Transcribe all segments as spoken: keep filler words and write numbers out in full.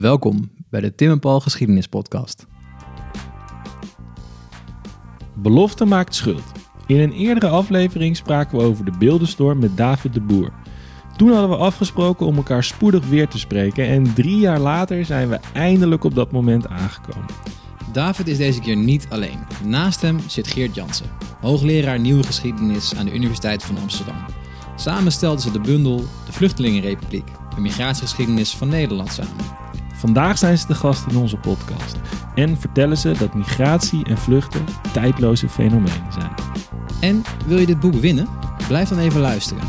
Welkom bij de Tim en Paul Geschiedenis Podcast. Belofte maakt schuld. In een eerdere aflevering spraken we over de beeldenstorm met David de Boer. Toen hadden we afgesproken om elkaar spoedig weer te spreken en drie jaar later zijn we eindelijk op dat moment aangekomen. David is deze keer niet alleen. Naast hem zit Geert Jansen, hoogleraar Nieuwe Geschiedenis aan de Universiteit van Amsterdam. Samen stelden ze de bundel De Vluchtelingenrepubliek, een migratiegeschiedenis van Nederland samen. Vandaag zijn ze de gast in onze podcast en vertellen ze dat migratie en vluchten tijdloze fenomenen zijn. En wil je dit boek winnen? Blijf dan even luisteren.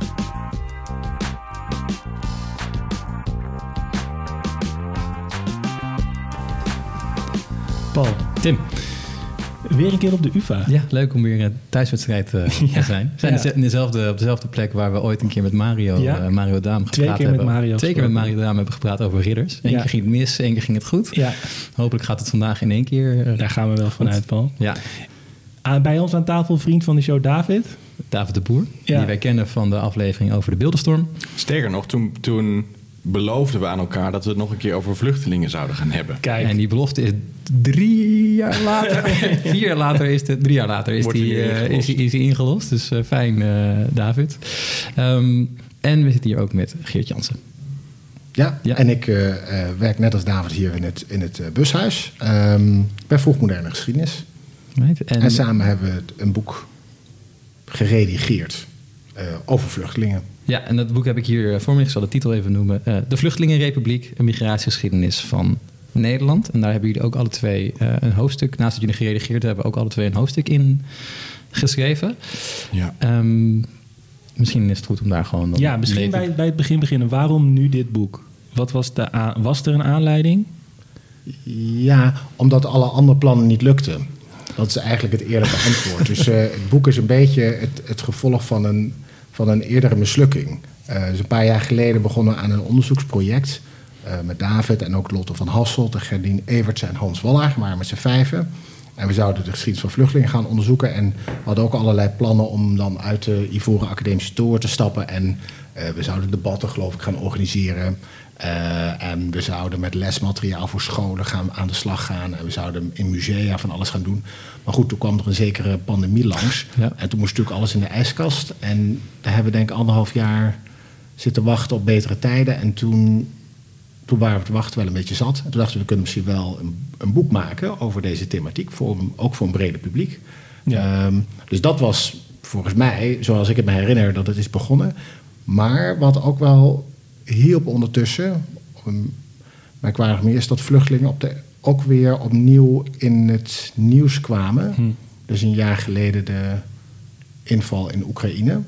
Paul, Tim, weer een keer op de U vA. Ja, leuk om weer een thuiswedstrijd uh, ja, te zijn. We zijn ja. in dezelfde, op dezelfde plek waar we ooit een keer met Mario, ja. uh, Mario Daam gepraat Twee keer hebben. Met Mario Twee keer met Mario Daam hebben gepraat over ridders. Eén ja. keer ging het mis, één keer ging het goed. Ja. Hopelijk gaat het vandaag in één keer. Uh, Daar gaan we wel vanuit, Paul. Ja. Uh, bij ons aan tafel vriend van de show David. David de Boer, ja. die wij kennen van de aflevering over de beeldenstorm. Sterker nog, toen... toen beloofden we aan elkaar dat we het nog een keer over vluchtelingen zouden gaan hebben. Kijk. En die belofte is drie jaar later, vier jaar later is het, drie jaar later is die, uh, is, die, is die ingelost. Dus uh, fijn, uh, David. Um, en we zitten hier ook met Geert Jansen. Ja, ja. en ik uh, uh, werk net als David hier in het, in het uh, bushuis. Um, bij Vroegmoderne Geschiedenis. Right. En, en samen hebben we een boek geredigeerd uh, over vluchtelingen. Ja, en dat boek heb ik hier voor me. Ik zal de titel even noemen. Uh, de Vluchtelingenrepubliek, een migratiegeschiedenis van Nederland. En daar hebben jullie ook alle twee uh, een hoofdstuk... naast dat jullie geredigeerd hebben, ook alle twee een hoofdstuk in geschreven. Ja. Um, misschien is het goed om daar gewoon... Ja, misschien bij, bij het begin beginnen. Waarom nu dit boek? Wat was, de a- was er een aanleiding? Ja, omdat alle andere plannen niet lukten. Dat is eigenlijk het eerlijke antwoord. Dus uh, het boek is een beetje het, het gevolg van een... van een eerdere mislukking. Uh, dus een paar jaar geleden begonnen we aan een onderzoeksproject... Uh, met David en ook Lotte van Hasselt, Gerdien Everts en Hans Wallaar, maar met z'n vijven. En we zouden de geschiedenis van vluchtelingen gaan onderzoeken... en we hadden ook allerlei plannen om dan uit de Ivoren Academische Toren te stappen... en uh, we zouden debatten, geloof ik, gaan organiseren... Uh, en we zouden met lesmateriaal voor scholen gaan aan de slag gaan... en we zouden in musea van alles gaan doen. Maar goed, toen kwam er een zekere pandemie langs... Ja. En toen moest natuurlijk alles in de ijskast... en daar hebben we denk ik anderhalf jaar zitten wachten op betere tijden... en toen... Toen waren we te wachten wel een beetje zat. En toen dachten we, we kunnen misschien wel een, een boek maken over deze thematiek. Voor, ook voor een breder publiek. Ja. Um, dus dat was volgens mij, zoals ik het me herinner, dat het is begonnen. Maar wat ook wel hielp ondertussen, um, merkwaardig meer, is dat vluchtelingen op de, ook weer opnieuw in het nieuws kwamen. Hm. Dus een jaar geleden de inval in Oekraïne.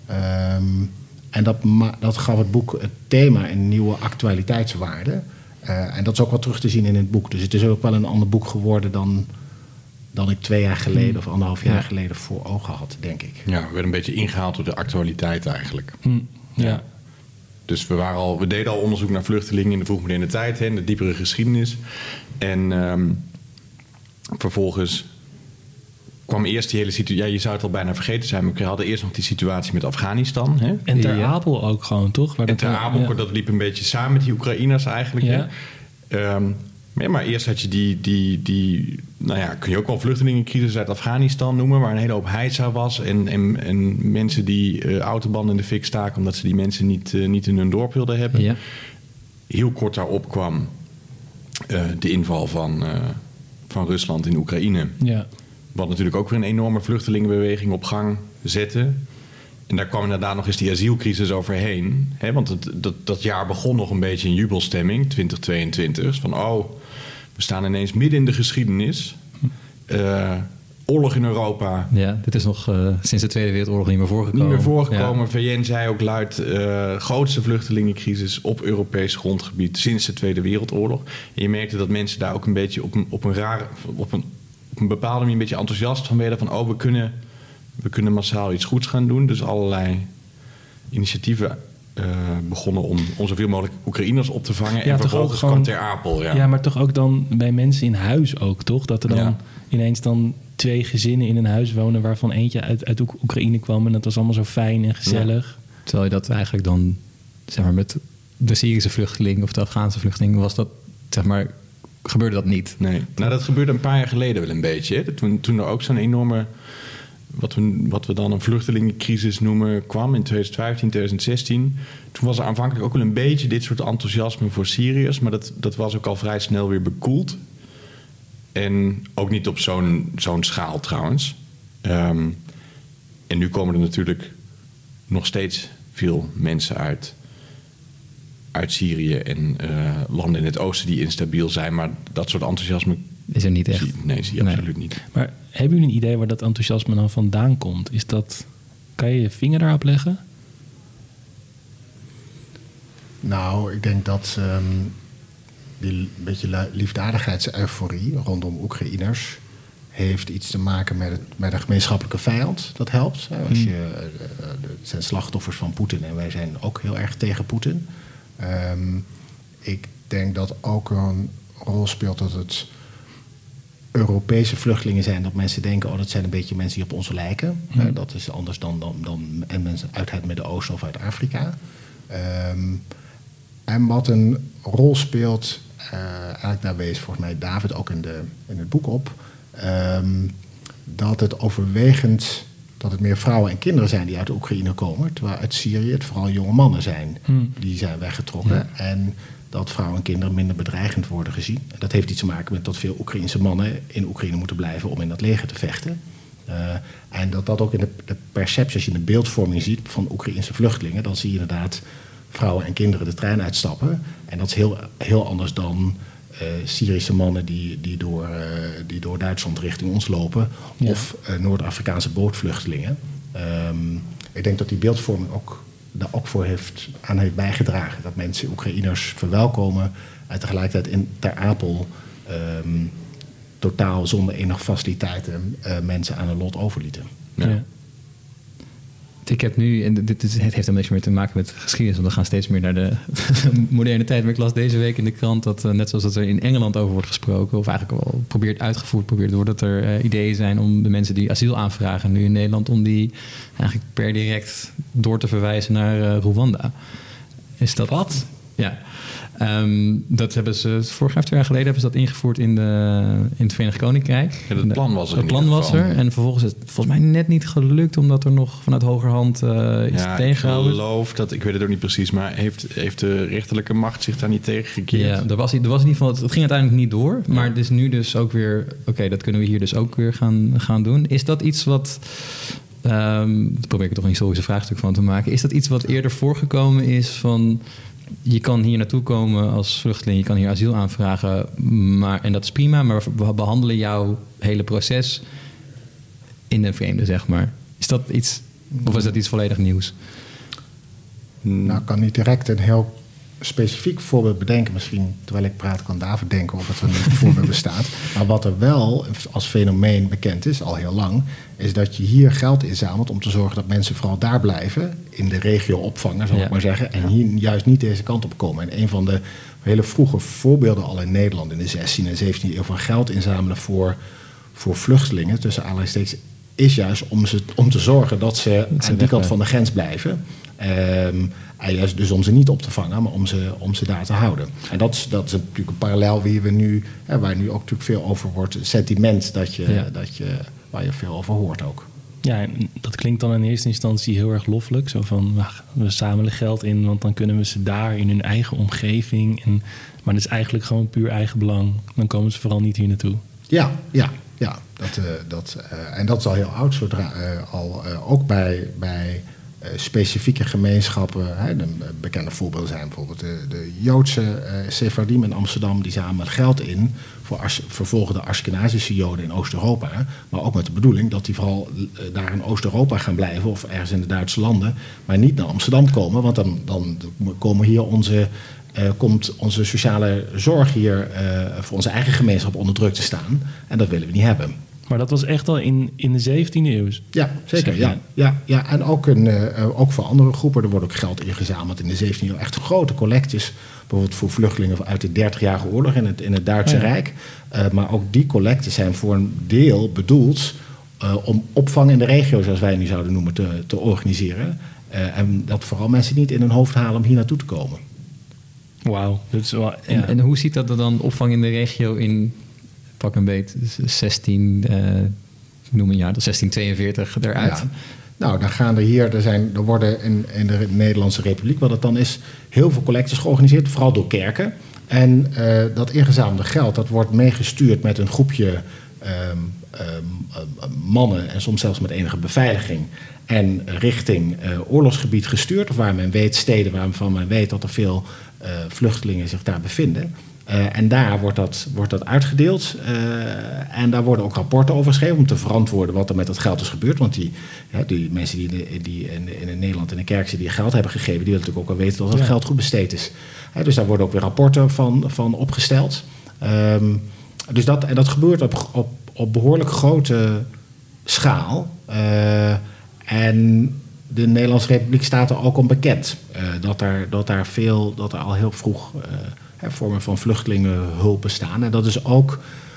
Um, En dat, dat gaf het boek het thema een nieuwe actualiteitswaarde. Uh, en dat is ook wel terug te zien in het boek. Dus het is ook wel een ander boek geworden dan, dan ik twee jaar geleden... Mm. of anderhalf jaar ja. geleden voor ogen had, denk ik. Ja, we werden een beetje ingehaald door de actualiteit eigenlijk. Mm. Ja. Ja. Dus we, waren al, we deden al onderzoek naar vluchtelingen in de vroegmoderne tijd... Hè, in de diepere geschiedenis. En um, vervolgens... kwam eerst die hele situatie... Ja, je zou het al bijna vergeten zijn... maar we hadden eerst nog die situatie met Afghanistan. Hè? En Ter ja. Apel ook gewoon, toch? Waar en Ter Apel, ja. dat liep een beetje samen met die Oekraïners eigenlijk. Ja. Um, maar, maar eerst had je die, die, die... Nou ja, kun je ook wel vluchtelingencrisis uit Afghanistan noemen... waar een hele hoop heisa was... en, en, en mensen die uh, autobanden in de fik staken... omdat ze die mensen niet, uh, niet in hun dorp wilden hebben. Ja. Heel kort daarop kwam uh, de inval van, uh, van Rusland in Oekraïne... Ja. Wat natuurlijk ook weer een enorme vluchtelingenbeweging op gang zette. En daar kwam inderdaad nog eens die asielcrisis overheen. Hè? Want het, dat, dat jaar begon nog een beetje in jubelstemming, twintig tweeëntwintig. Van oh, we staan ineens midden in de geschiedenis. Uh, oorlog in Europa. Ja, dit is nog uh, sinds de Tweede Wereldoorlog niet meer voorgekomen. Niet meer voorgekomen. Ja. V N zei ook luid, uh, grootste vluchtelingencrisis op Europees grondgebied sinds de Tweede Wereldoorlog. En je merkte dat mensen daar ook een beetje op een, op een rare... Op een, op een bepaalde manier een beetje enthousiast van werden... van oh, we kunnen, we kunnen massaal iets goeds gaan doen. Dus allerlei initiatieven uh, begonnen om, om zoveel mogelijk Oekraïners op te vangen. Ja, en vervolgens kwam Ter Apel. Ja. ja, maar toch ook dan bij mensen in huis ook, toch? Dat er dan ja. ineens dan twee gezinnen in een huis wonen... waarvan eentje uit, uit Oekraïne kwam... en dat was allemaal zo fijn en gezellig. Ja. Terwijl je dat eigenlijk dan zeg maar met de Syrische vluchteling of de Afghaanse vluchteling, was dat, zeg maar, gebeurde dat niet? Nee, nou dat gebeurde een paar jaar geleden wel een beetje. Hè. Toen, toen er ook zo'n enorme, wat we, wat we dan een vluchtelingencrisis noemen, kwam in twintig vijftien, twintig zestien. Toen was er aanvankelijk ook wel een beetje dit soort enthousiasme voor Syriërs, maar dat, dat was ook al vrij snel weer bekoeld. En ook niet op zo'n, zo'n schaal trouwens. Um, en nu komen er natuurlijk nog steeds veel mensen uit, uit Syrië en uh, landen in het oosten die instabiel zijn. Maar dat soort enthousiasme is er niet echt. Zie, nee, zie je nee. absoluut niet. Maar hebben jullie een idee waar dat enthousiasme dan vandaan komt? Is dat, kan je je vinger daarop leggen? Nou, ik denk dat um, die beetje liefdadigheidseuforie rondom Oekraïners heeft iets te maken met, het, met een gemeenschappelijke vijand. Dat helpt. Als je, uh, het zijn slachtoffers van Poetin en wij zijn ook heel erg tegen Poetin. Um, ik denk dat ook een rol speelt dat het Europese vluchtelingen zijn. Dat mensen denken, oh, dat zijn een beetje mensen die op ons lijken. Hmm. Uh, dat is anders dan, dan, dan en mensen uit het Midden-Oosten of uit Afrika. Um, en wat een rol speelt, uh, eigenlijk daar wees volgens mij David ook in, de, in het boek op, um, dat het overwegend, dat het meer vrouwen en kinderen zijn die uit de Oekraïne komen, terwijl uit Syrië het vooral jonge mannen zijn hmm. die zijn weggetrokken. Ja. En dat vrouwen en kinderen minder bedreigend worden gezien. Dat heeft iets te maken met dat veel Oekraïnse mannen in Oekraïne moeten blijven om in dat leger te vechten. Uh, en dat dat ook in de, de perceptie, als je in de beeldvorming ziet van Oekraïnse vluchtelingen, dan zie je inderdaad vrouwen en kinderen de trein uitstappen. En dat is heel, heel anders dan uh, Syrische mannen die, die, door, uh, die door Duitsland richting ons lopen. Ja. Of uh, Noord-Afrikaanse bootvluchtelingen. Um, ik denk dat die beeldvorming ook daar ook voor heeft, aan heeft bijgedragen. Dat mensen Oekraïners verwelkomen en tegelijkertijd in Ter Apel um, totaal zonder enige faciliteiten uh, mensen aan hun lot overlieten. Ja. Ja. Ik heb nu, en dit is, het heeft een beetje meer te maken met geschiedenis, want we gaan steeds meer naar de moderne tijd. Maar ik las deze week in de krant dat, uh, net zoals dat er in Engeland over wordt gesproken, of eigenlijk wel probeert uitgevoerd probeert te worden, dat er uh, ideeën zijn om de mensen die asiel aanvragen nu in Nederland, om die eigenlijk per direct door te verwijzen naar uh, Rwanda. Is dat wat? Ja. Um, dat hebben ze vorig jaar, twee jaar geleden hebben ze dat ingevoerd in, de, in het Verenigd Koninkrijk. Ja, het plan was er. Het plan was er. En vervolgens is het volgens mij net niet gelukt, omdat er nog vanuit hogerhand uh, iets ja, tegengehouden. Ik geloof dat, ik weet het ook niet precies, maar heeft, heeft de rechterlijke macht zich daar niet tegen gekeerd? Ja, er was, er was in ieder geval, het ging uiteindelijk niet door. Maar het is nu dus ook weer, oké, okay, dat kunnen we hier dus ook weer gaan, gaan doen. Is dat iets wat, um, daar probeer ik er toch een historische vraagstuk van te maken. Is dat iets wat eerder voorgekomen is van, je kan hier naartoe komen als vluchteling, je kan hier asiel aanvragen, maar, en dat is prima, maar we behandelen jouw hele proces in een vreemde, zeg maar. Is dat iets, of is dat iets volledig nieuws? Nou, ik kan niet direct een heel specifiek voorbeeld bedenken. Misschien, terwijl ik praat, kan David denken of er een voorbeeld bestaat. Maar wat er wel als fenomeen bekend is, al heel lang, is dat je hier geld inzamelt om te zorgen dat mensen vooral daar blijven, in de regio opvangen, zal ik ja. maar zeggen, en hier juist niet deze kant op komen. En een van de hele vroege voorbeelden al in Nederland in de zestiende en zeventiende eeuw van geld inzamelen voor, voor vluchtelingen, tussen aanhalingstekens, is juist om, ze, om te zorgen dat ze dat aan die kant van de grens blijven. Um, en juist dus om ze niet op te vangen, maar om ze, om ze daar te houden. En dat is, dat is natuurlijk een parallel wie we nu, hè, waar nu ook natuurlijk veel over wordt. Sentiment dat je, ja. dat je, waar je veel over hoort ook. Ja, en dat klinkt dan in eerste instantie heel erg loffelijk. Zo van, we zamelen geld in, want dan kunnen we ze daar in hun eigen omgeving. En, maar dat is eigenlijk gewoon puur eigen belang. Dan komen ze vooral niet hier naartoe. Ja, ja, ja. Dat, uh, dat, uh, en dat is al heel oud, zodra, uh, al uh, ook bij, bij uh, specifieke gemeenschappen. Hè, de bekende voorbeelden zijn bijvoorbeeld de, de Joodse uh, Sephardim in Amsterdam. Die zamelen geld in voor as, vervolgen de Ashkenazische Joden in Oost-Europa. Maar ook met de bedoeling dat die vooral uh, daar in Oost-Europa gaan blijven of ergens in de Duitse landen. Maar niet naar Amsterdam komen, want dan, dan komen hier onze... Uh, komt onze sociale zorg hier uh, voor onze eigen gemeenschap onder druk te staan. En dat willen we niet hebben. Maar dat was echt al in, in de zeventiende eeuw? Ja, zeker. Ja, ja, ja. En ook, een, uh, ook voor andere groepen. Er wordt ook geld ingezameld in de zeventiende eeuw. Echt grote collectes. Bijvoorbeeld voor vluchtelingen uit de dertigjarige oorlog in het, in het Duitse oh ja. Rijk. Uh, maar ook die collecten zijn voor een deel bedoeld uh, om opvang in de regio, zoals wij nu zouden noemen, te, te organiseren. Uh, en dat vooral mensen niet in hun hoofd halen om hier naartoe te komen. Wauw, dat is wel... Ja. En, en hoe ziet dat er dan opvang in de regio in, pak een beet, zestien, uh, noem een jaar, zestien tweeënveertig eruit? Ja. Nou, dan gaan er hier, er, zijn, er worden in, in de Nederlandse Republiek, wat het dan is, heel veel collectes georganiseerd, vooral door kerken. En uh, dat ingezamelde geld, dat wordt meegestuurd met een groepje um, um, mannen en soms zelfs met enige beveiliging. En richting uh, oorlogsgebied gestuurd, of waar men weet, steden waarvan men weet dat er veel uh, vluchtelingen zich daar bevinden. Uh, en daar wordt dat, wordt dat uitgedeeld. Uh, en daar worden ook rapporten over geschreven om te verantwoorden wat er met dat geld is gebeurd. Want die, ja, die mensen die, die in, in Nederland in de kerk zitten die geld hebben gegeven, die willen natuurlijk ook wel weten dat het ja. geld goed besteed is. Uh, dus daar worden ook weer rapporten van, van opgesteld. Um, dus dat, en dat gebeurt op, op, op behoorlijk grote schaal. Uh, en de Nederlandse Republiek staat er ook om bekend. Uh, dat, er, dat, daar veel, dat er al heel vroeg uh, hè, vormen van vluchtelingenhulp bestaan. En dat is ook,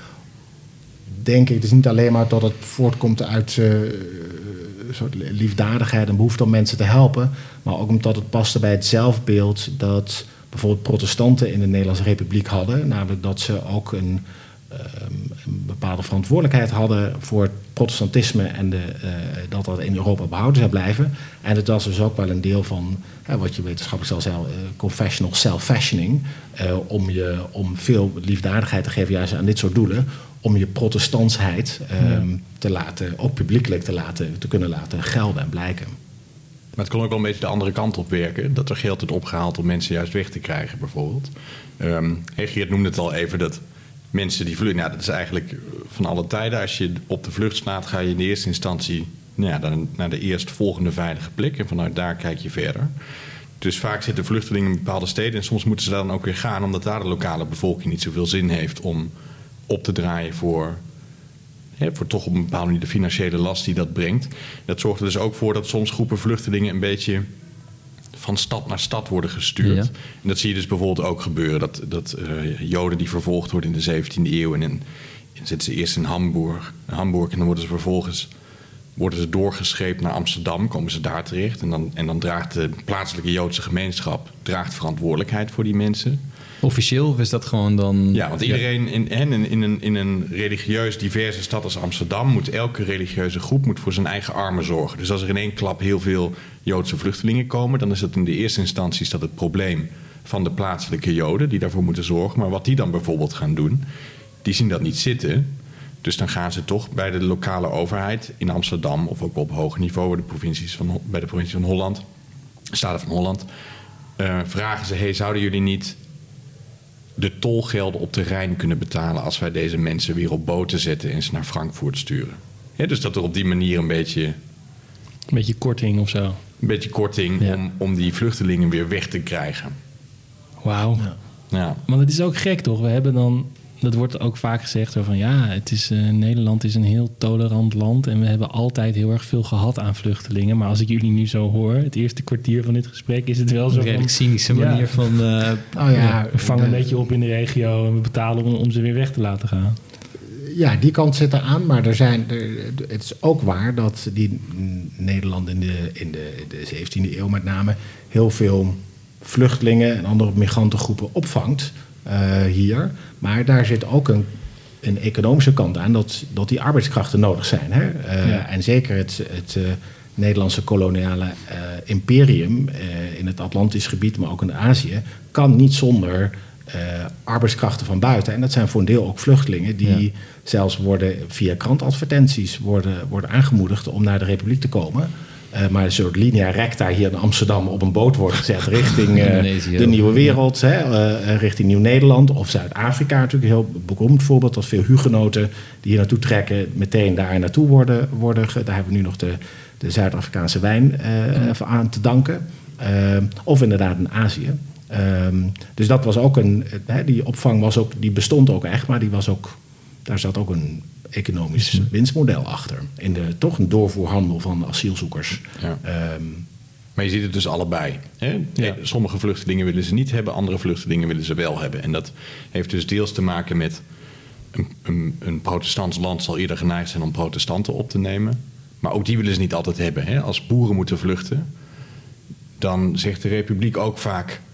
denk ik, het is niet alleen maar dat het voortkomt uit uh, een soort liefdadigheid en behoefte om mensen te helpen. Maar ook omdat het paste bij het zelfbeeld dat bijvoorbeeld protestanten in de Nederlandse Republiek hadden. Namelijk dat ze ook een, um, een bepaalde verantwoordelijkheid hadden voor het protestantisme en de, uh, dat dat in Europa behouden zou blijven. En het was dus ook wel een deel van hè, wat je wetenschappelijk zal zeggen, uh, confessional self-fashioning. Uh, om, je, om veel liefdadigheid te geven juist aan dit soort doelen. Om je protestantsheid um, ja. te laten, ook publiekelijk te, laten, te kunnen laten gelden en blijken. Maar het kon ook wel een beetje de andere kant op werken. Dat er geld werd opgehaald om mensen juist weg te krijgen, bijvoorbeeld. Um, hey, Geert noemde het al even, dat mensen die vluchten... Nou, dat is eigenlijk van alle tijden. Als je op de vlucht slaat, ga je in de eerste instantie nou ja, dan naar de eerstvolgende veilige plek. En vanuit daar kijk je verder. Dus vaak zitten vluchtelingen in bepaalde steden. En soms moeten ze dan ook weer gaan, omdat daar de lokale bevolking niet zoveel zin heeft om op te draaien voor... He, voor toch op een bepaalde manier de financiële last die dat brengt. Dat zorgt er dus ook voor dat soms groepen vluchtelingen een beetje van stad naar stad worden gestuurd. Ja. En dat zie je dus bijvoorbeeld ook gebeuren. Dat, dat uh, Joden die vervolgd worden in de zeventiende eeuw... en in, in, zitten ze eerst in Hamburg, Hamburg en dan worden ze vervolgens worden ze doorgescheept naar Amsterdam, komen ze daar terecht. En dan, en dan draagt de plaatselijke Joodse gemeenschap draagt verantwoordelijkheid voor die mensen. Officieel of is dat gewoon dan... Ja, want iedereen in, in, in, een, in een religieus diverse stad als Amsterdam... moet elke religieuze groep moet voor zijn eigen armen zorgen. Dus als er in één klap heel veel Joodse vluchtelingen komen... dan is dat in de eerste instantie is dat het probleem van de plaatselijke Joden... die daarvoor moeten zorgen. Maar wat die dan bijvoorbeeld gaan doen, die zien dat niet zitten. Dus dan gaan ze toch bij de lokale overheid in Amsterdam... of ook op hoger niveau bij de, provincies van, bij de provincie van Holland... Staten van Holland... Uh, vragen ze, hey, zouden jullie niet... de tolgelden op de Rijn kunnen betalen... als wij deze mensen weer op boten zetten en ze naar Frankfurt sturen. Ja, dus dat er op die manier een beetje... Een beetje korting of zo. Een beetje korting ja. om, om die vluchtelingen weer weg te krijgen. Wauw. Ja. Ja. Maar dat is ook gek, toch? We hebben dan... Dat wordt ook vaak gezegd zo van... ja, het is, uh, Nederland is een heel tolerant land... en we hebben altijd heel erg veel gehad aan vluchtelingen. Maar als ik jullie nu zo hoor... het eerste kwartier van dit gesprek... is het wel zo een redelijk van, cynische manier ja, van... Uh, oh ja, we vangen een beetje op in de regio... en we betalen om, om ze weer weg te laten gaan. Ja, die kant zit er aan. Maar er zijn, er, het is ook waar dat die Nederland in de, in de, de zeventiende eeuw met name... heel veel vluchtelingen en andere migrantengroepen opvangt... Uh, hier. Maar daar zit ook een, een economische kant aan... dat, dat die arbeidskrachten nodig zijn. Hè? Uh, ja. En zeker het, het uh, Nederlandse koloniale uh, imperium... Uh, in het Atlantisch gebied, maar ook in Azië... kan niet zonder uh, arbeidskrachten van buiten. En dat zijn voor een deel ook vluchtelingen... die ja. zelfs worden via krantadvertenties worden, worden aangemoedigd... om naar de Republiek te komen... Uh, maar een soort linea recta hier in Amsterdam op een boot wordt gezet richting uh, de nieuwe wereld, hè, uh, richting Nieuw-Nederland of Zuid-Afrika. Natuurlijk een heel beroemd voorbeeld dat veel hugenoten die hier naartoe trekken meteen daar naartoe worden. worden ge- daar hebben we nu nog de, de Zuid-Afrikaanse wijn uh, mm. aan te danken. Uh, of inderdaad in Azië. Um, dus dat was ook een, uh, die opvang was ook, die bestond ook echt, maar die was ook, daar zat ook een economisch winstmodel achter. In de toch een doorvoerhandel van asielzoekers. Ja. Um, maar je ziet het dus allebei. Hè? Ja. Sommige vluchtelingen willen ze niet hebben, andere vluchtelingen willen ze wel hebben. En dat heeft dus deels te maken met een, een, een protestants land zal eerder geneigd zijn om protestanten op te nemen. Maar ook die willen ze niet altijd hebben. Hè? Als boeren moeten vluchten, dan zegt de Republiek ook vaak...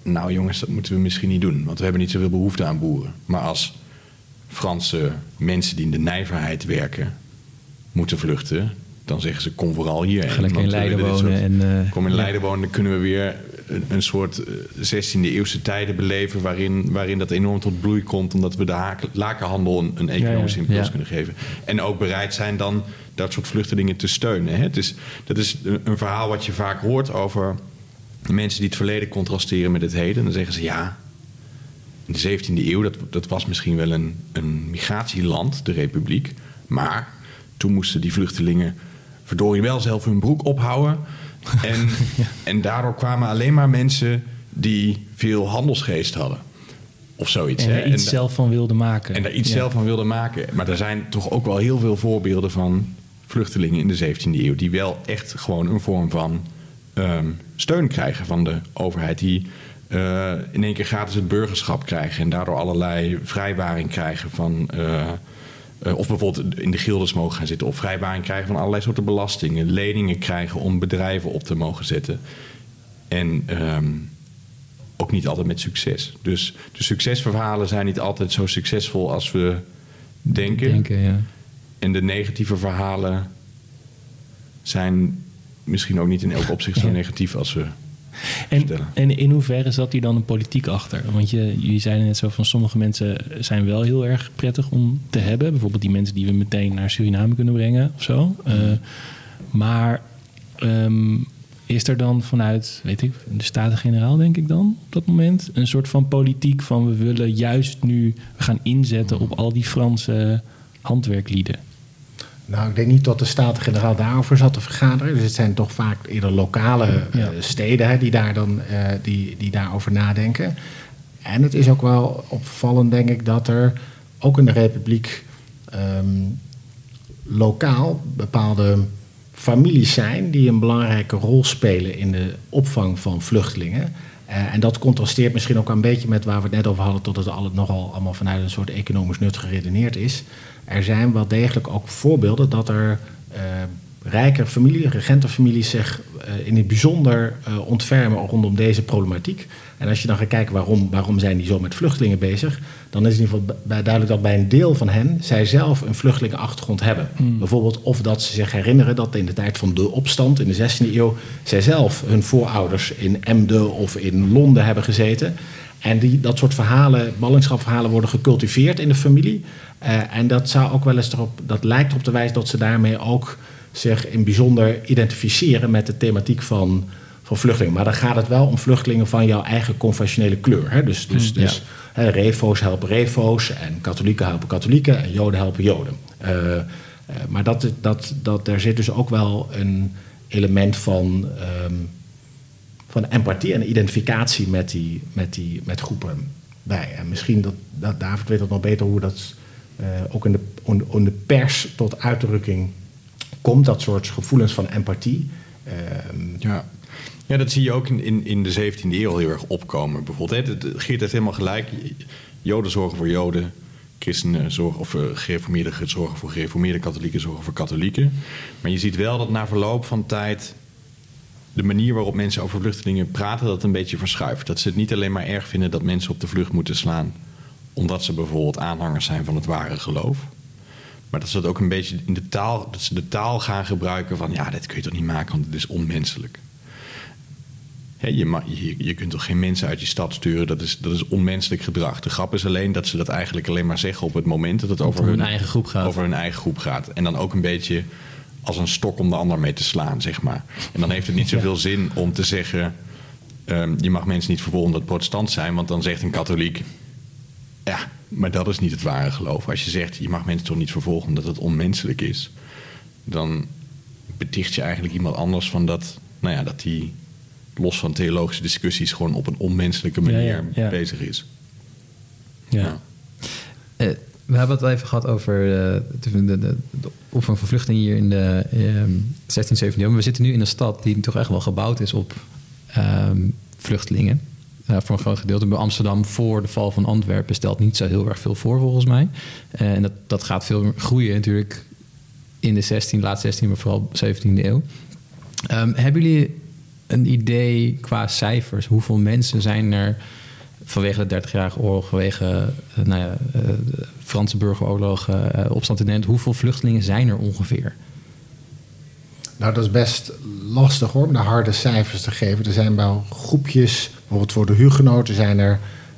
nou jongens, dat moeten we misschien niet doen. Want we hebben niet zoveel behoefte aan boeren. Maar als Franse mensen die in de nijverheid werken moeten vluchten, dan zeggen ze, kom vooral hierheen. Gelijk in Leiden wonen. En, uh, kom in Leiden wonen, dan kunnen we weer een, een soort zestiende eeuwse tijden beleven waarin, waarin dat enorm tot bloei komt, omdat we de haak, lakenhandel een, een economische impuls ja, ja. kunnen geven. En ook bereid zijn dan dat soort vluchtelingen te steunen. Hè? Het is, dat is een verhaal wat je vaak hoort over mensen die het verleden contrasteren met het heden. Dan zeggen ze, ja, in de zeventiende eeuw, dat, dat was misschien wel een, een migratieland, de Republiek. Maar toen moesten die vluchtelingen verdorie wel zelf hun broek ophouden. En, ja. en daardoor kwamen alleen maar mensen die veel handelsgeest hadden. Of zoiets. En hè? er iets en, zelf van wilden maken. En daar iets ja. zelf van wilden maken. Maar er zijn toch ook wel heel veel voorbeelden van vluchtelingen in de zeventiende eeuw... die wel echt gewoon een vorm van um, steun krijgen van de overheid. Die uh, in één keer gratis het burgerschap krijgen... en daardoor allerlei vrijwaring krijgen van... Uh, uh, of bijvoorbeeld in de gildes mogen gaan zitten... of vrijwaring krijgen van allerlei soorten belastingen... leningen krijgen om bedrijven op te mogen zetten. En um, ook niet altijd met succes. Dus de succesverhalen zijn niet altijd zo succesvol als we denken. denken ja. En de negatieve verhalen zijn misschien ook niet in elk opzicht zo ja. negatief als we en, vertellen. En in hoeverre zat hier dan een politiek achter? Want je, jullie zeiden net zo van sommige mensen zijn wel heel erg prettig om te hebben. Bijvoorbeeld die mensen die we meteen naar Suriname kunnen brengen of zo. Uh, maar um, is er dan vanuit, weet ik, de Staten-Generaal denk ik dan op dat moment... een soort van politiek van we willen juist nu we gaan inzetten op al die Franse handwerklieden? Nou, ik denk niet dat de Staten-Generaal daarover zat te vergaderen. Dus het zijn toch vaak eerder lokale uh, ja. steden hè, die, daar dan, uh, die, die daarover nadenken. En het is ook wel opvallend, denk ik, dat er ook in de Republiek um, lokaal bepaalde families zijn die een belangrijke rol spelen in de opvang van vluchtelingen. Uh, en dat contrasteert misschien ook een beetje met waar we het net over hadden, tot het al, nogal allemaal vanuit een soort economisch nut geredeneerd is. Er zijn wel degelijk ook voorbeelden dat er uh, rijke families, regentenfamilies zich uh, in het bijzonder uh, ontfermen rondom deze problematiek. En als je dan gaat kijken waarom, waarom zijn die zo met vluchtelingen bezig, dan is in ieder geval duidelijk dat bij een deel van hen zij zelf een vluchtelingenachtergrond hebben. Hmm. Bijvoorbeeld of dat ze zich herinneren dat in de tijd van de opstand in de zestiende eeuw zij zelf hun voorouders in Emden of in Londen hebben gezeten. En die, dat soort verhalen, ballingschapverhalen worden gecultiveerd in de familie. Uh, en dat zou ook wel eens erop, dat lijkt erop te wijzen dat ze daarmee ook zich in bijzonder identificeren met de thematiek van, van vluchtelingen. Maar dan gaat het wel om vluchtelingen van jouw eigen confessionele kleur. Hè? Dus, dus, mm, dus ja. hè, refo's helpen refo's en katholieken helpen katholieken en joden helpen joden. Uh, uh, maar dat, dat, dat, daar zit dus ook wel een element van, um, van empathie en identificatie met, die, met, die, met groepen bij. En misschien dat, dat David weet dat nog beter hoe dat uh, ook in de, on, on de pers tot uitdrukking komt, dat soort gevoelens van empathie. Uh, ja. ja, dat zie je ook in, in, in de zeventiende eeuw heel erg opkomen. Bijvoorbeeld, hè, Geert heeft helemaal gelijk. Joden zorgen voor Joden, christenen zorgen, of uh, gereformeerden zorgen voor gereformeerde katholieken, zorgen voor katholieken. Maar je ziet wel dat na verloop van tijd de manier waarop mensen over vluchtelingen praten, dat een beetje verschuift. Dat ze het niet alleen maar erg vinden dat mensen op de vlucht moeten slaan omdat ze bijvoorbeeld aanhangers zijn van het ware geloof. Maar dat ze dat ook een beetje in de taal, dat ze de taal gaan gebruiken van ja, dit kun je toch niet maken, want het is onmenselijk. He, je, ma- je, je kunt toch geen mensen uit je stad sturen, dat is, dat is onmenselijk gedrag. De grap is alleen dat ze dat eigenlijk alleen maar zeggen op het moment dat het over, over hun, hun eigen groep gaat. Over hun eigen groep gaat. En dan ook een beetje als een stok om de ander mee te slaan, zeg maar. En dan heeft het niet zoveel zin om te zeggen, um, je mag mensen niet vervolgen omdat protestant zijn, want dan zegt een katholiek, ja, maar dat is niet het ware geloof. Als je zegt, je mag mensen toch niet vervolgen omdat het onmenselijk is, dan beticht je eigenlijk iemand anders van dat, nou ja, dat die los van theologische discussies gewoon op een onmenselijke manier ja, ja, ja. bezig is. Ja. ja. Uh, we hebben het even gehad over uh, de, de, de, de opvang van vluchtelingen hier in de um, zestiende, zeventiende eeuw. Maar we zitten nu in een stad die toch echt wel gebouwd is op um, vluchtelingen. Uh, voor een groot gedeelte. Bij Amsterdam voor de val van Antwerpen stelt niet zo heel erg veel voor volgens mij. Uh, en dat, dat gaat veel groeien natuurlijk in de zestiende, laat zestiende, maar vooral zeventiende eeuw. Um, hebben jullie een idee qua cijfers? Hoeveel mensen zijn er vanwege de dertigjarige oorlog, vanwege uh, nou ja, uh, de Franse burgeroorlog, uh, opstand in Nederland? Hoeveel vluchtelingen zijn er ongeveer? Nou, dat is best lastig hoor, om de harde cijfers te geven. Er zijn wel groepjes, bijvoorbeeld voor de hugenoten zijn er...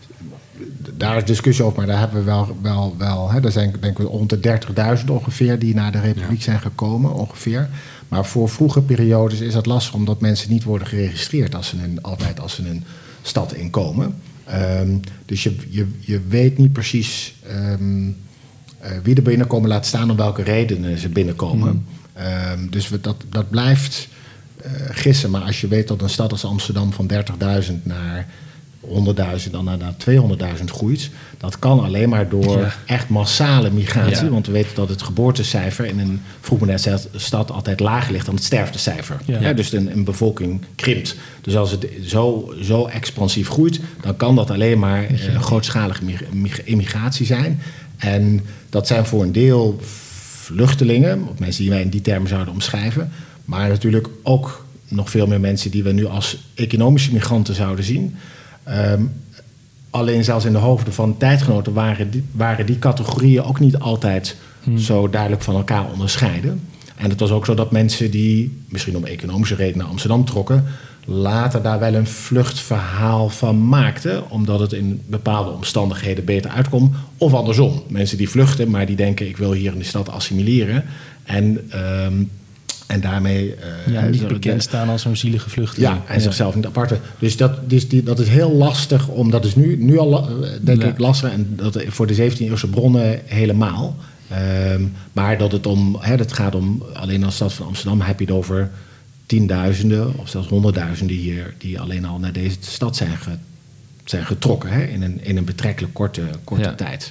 Daar is discussie over, maar daar hebben we wel... wel, wel hè, er zijn denk ik rond de dertigduizend ongeveer die naar de Republiek ja. zijn gekomen, ongeveer. Maar voor vroege periodes is dat lastig, omdat mensen niet worden geregistreerd als ze een, altijd als ze een stad inkomen. Um, dus je, je, je weet niet precies um, uh, wie er binnenkomen, laat staan om welke redenen ze binnenkomen. Mm. Um, dus we, dat, dat blijft uh, gissen. Maar als je weet dat een stad als Amsterdam van dertigduizend naar honderdduizend, dan naar, naar tweehonderdduizend groeit, dat kan alleen maar door ja. echt massale migratie. Ja. Want we weten dat het geboortecijfer in een vroegmoderne stad altijd lager ligt dan het sterftecijfer. Ja. Ja, dus een, een bevolking krimpt. Dus als het zo, zo expansief groeit, dan kan dat alleen maar uh, grootschalige immigratie zijn. En dat zijn voor een deel vluchtelingen, of mensen die wij in die termen zouden omschrijven, maar natuurlijk ook nog veel meer mensen die we nu als economische migranten zouden zien. Um, alleen zelfs in de hoofden van tijdgenoten waren die, waren die categorieën ook niet altijd hmm. zo duidelijk van elkaar onderscheiden. En het was ook zo dat mensen die misschien om economische redenen naar Amsterdam trokken, later daar wel een vluchtverhaal van maakten, omdat het in bepaalde omstandigheden beter uitkomt. Of andersom, mensen die vluchten, maar die denken ik wil hier in de stad assimileren. En... Um, En daarmee... Uh, ja, niet bekend staan als zo'n zielige vluchteling. Ja, en ja. zichzelf niet apart. Dus dat, dus die, dat is heel lastig, om, dat is nu, nu al denk ja. ik lastig. En dat voor de zeventiende-eeuwse bronnen helemaal. Um, maar dat het om... Hè, dat gaat om, alleen als stad van Amsterdam heb je het over tienduizenden of zelfs honderdduizenden hier, die alleen al naar deze stad zijn, ge, zijn getrokken. Hè, in, een, in een betrekkelijk korte, korte ja. tijd.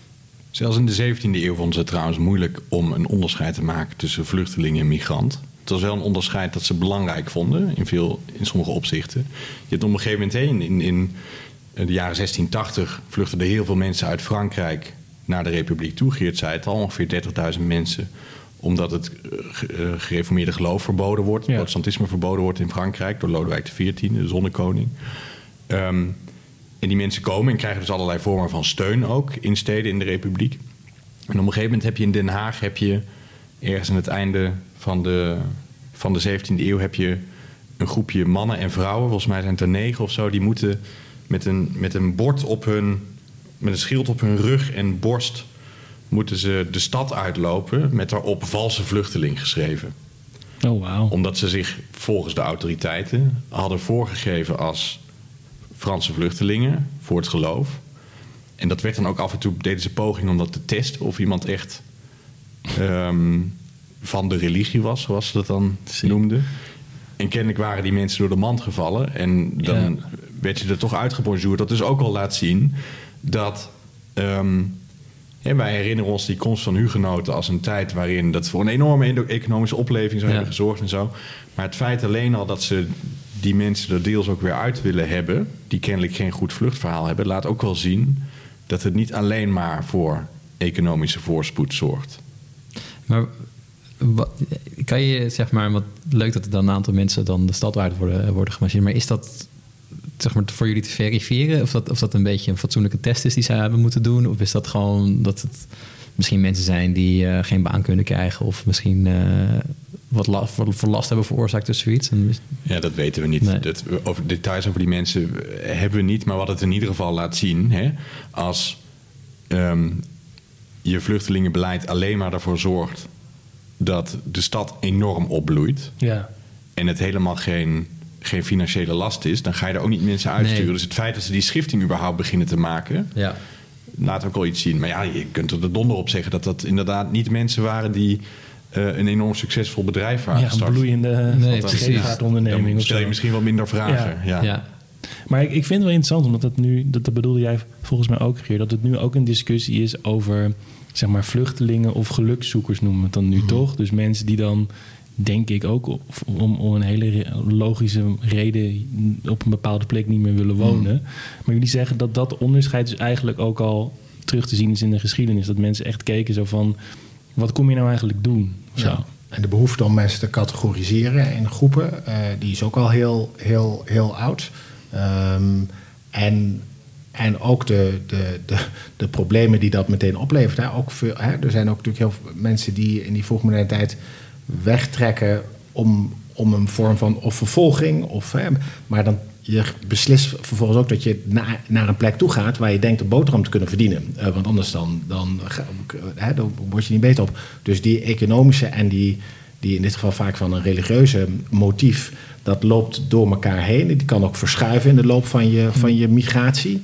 Zelfs in de zeventiende eeuw vonden ze het trouwens moeilijk om een onderscheid te maken tussen vluchteling en migrant. Het was wel een onderscheid dat ze belangrijk vonden in, veel, in sommige opzichten. Je hebt op een gegeven moment heen, in, in de jaren zestien tachtig vluchtten er heel veel mensen uit Frankrijk naar de Republiek toe. Geert zei het al, ongeveer dertigduizend mensen. Omdat het uh, gereformeerde geloof verboden wordt. Ja. Protestantisme verboden wordt in Frankrijk door Lodewijk de veertiende, de zonnekoning. Um, En die mensen komen en krijgen dus allerlei vormen van steun ook in steden in de Republiek. En op een gegeven moment heb je in Den Haag, heb je ergens aan het einde van de, van de zeventiende eeuw, heb je een groepje mannen en vrouwen, volgens mij zijn het er negen of zo, die moeten met een, met een bord op hun, met een schild op hun rug en borst, moeten ze de stad uitlopen met daarop valse vluchteling geschreven. Oh, wow. Omdat ze zich volgens de autoriteiten hadden voorgegeven als Franse vluchtelingen voor het geloof. En dat werd dan ook af en toe, deden ze pogingen om dat te testen, of iemand echt um, van de religie was, zoals ze dat dan Zie. noemden. En kennelijk waren die mensen door de mand gevallen. En dan ja. werd je er toch uitgebonjourd. Dat dus ook al laat zien dat Um, ja, wij herinneren ons die komst van hugenoten als een tijd waarin dat voor een enorme economische opleving zou ja. hebben gezorgd en zo. Maar het feit alleen al dat ze die mensen er deels ook weer uit willen hebben, die kennelijk geen goed vluchtverhaal hebben, laat ook wel zien dat het niet alleen maar voor economische voorspoed zorgt. Maar wat, kan je, zeg maar, wat leuk dat er dan een aantal mensen dan de stad uit worden, worden gemarcheerd, maar is dat, zeg maar, voor jullie te verifiëren? Of dat, of dat een beetje een fatsoenlijke test is die zij hebben moeten doen? Of is dat gewoon dat het misschien mensen zijn die uh, geen baan kunnen krijgen, of misschien uh, wat, la, wat voor last hebben veroorzaakt of zoiets? Ja, dat weten we niet. Nee. Dat, over details over die mensen hebben we niet. Maar wat het in ieder geval laat zien, hè, als um, je vluchtelingenbeleid alleen maar ervoor zorgt dat de stad enorm opbloeit, ja. en het helemaal geen, geen financiële last is, dan ga je er ook niet mensen uitsturen. Nee. Dus het feit dat ze die schifting überhaupt beginnen te maken, ja. laat ook wel iets zien. Maar ja, je kunt er de donder op zeggen dat dat inderdaad niet mensen waren die uh, een enorm succesvol bedrijf waren ja, gestart. Een bloeiende nee, scheepvaartonderneming. Dan stel je misschien wel minder vragen. Ja. Ja. Ja. Maar ik, ik vind het wel interessant, omdat dat nu, dat, dat bedoelde jij volgens mij ook, Geer, dat het nu ook een discussie is over, zeg maar, vluchtelingen of gelukszoekers noemen we het dan nu, mm-hmm. toch? Dus mensen die dan, denk ik ook, om, om een hele logische reden op een bepaalde plek niet meer willen wonen. Mm. Maar jullie zeggen dat dat onderscheid dus eigenlijk ook al terug te zien is in de geschiedenis. Dat mensen echt keken zo van, wat kom je nou eigenlijk doen? Zo. Ja. en de behoefte om mensen te categoriseren in groepen, uh, die is ook al heel, heel, heel oud. Um, en, en ook de, de, de, de problemen die dat meteen oplevert. Hè. Ook veel, hè, er zijn ook natuurlijk heel veel mensen die in die vroegmoderne tijd wegtrekken om, om een vorm van of vervolging. Of, hè, maar dan je beslist vervolgens ook dat je na, naar een plek toe gaat waar je denkt een boterham te kunnen verdienen. Uh, want anders dan, dan, hè, dan word je niet beter op. Dus die economische en die, die in dit geval vaak van een religieuze motief, dat loopt door elkaar heen. Die kan ook verschuiven in de loop van je, van je migratie.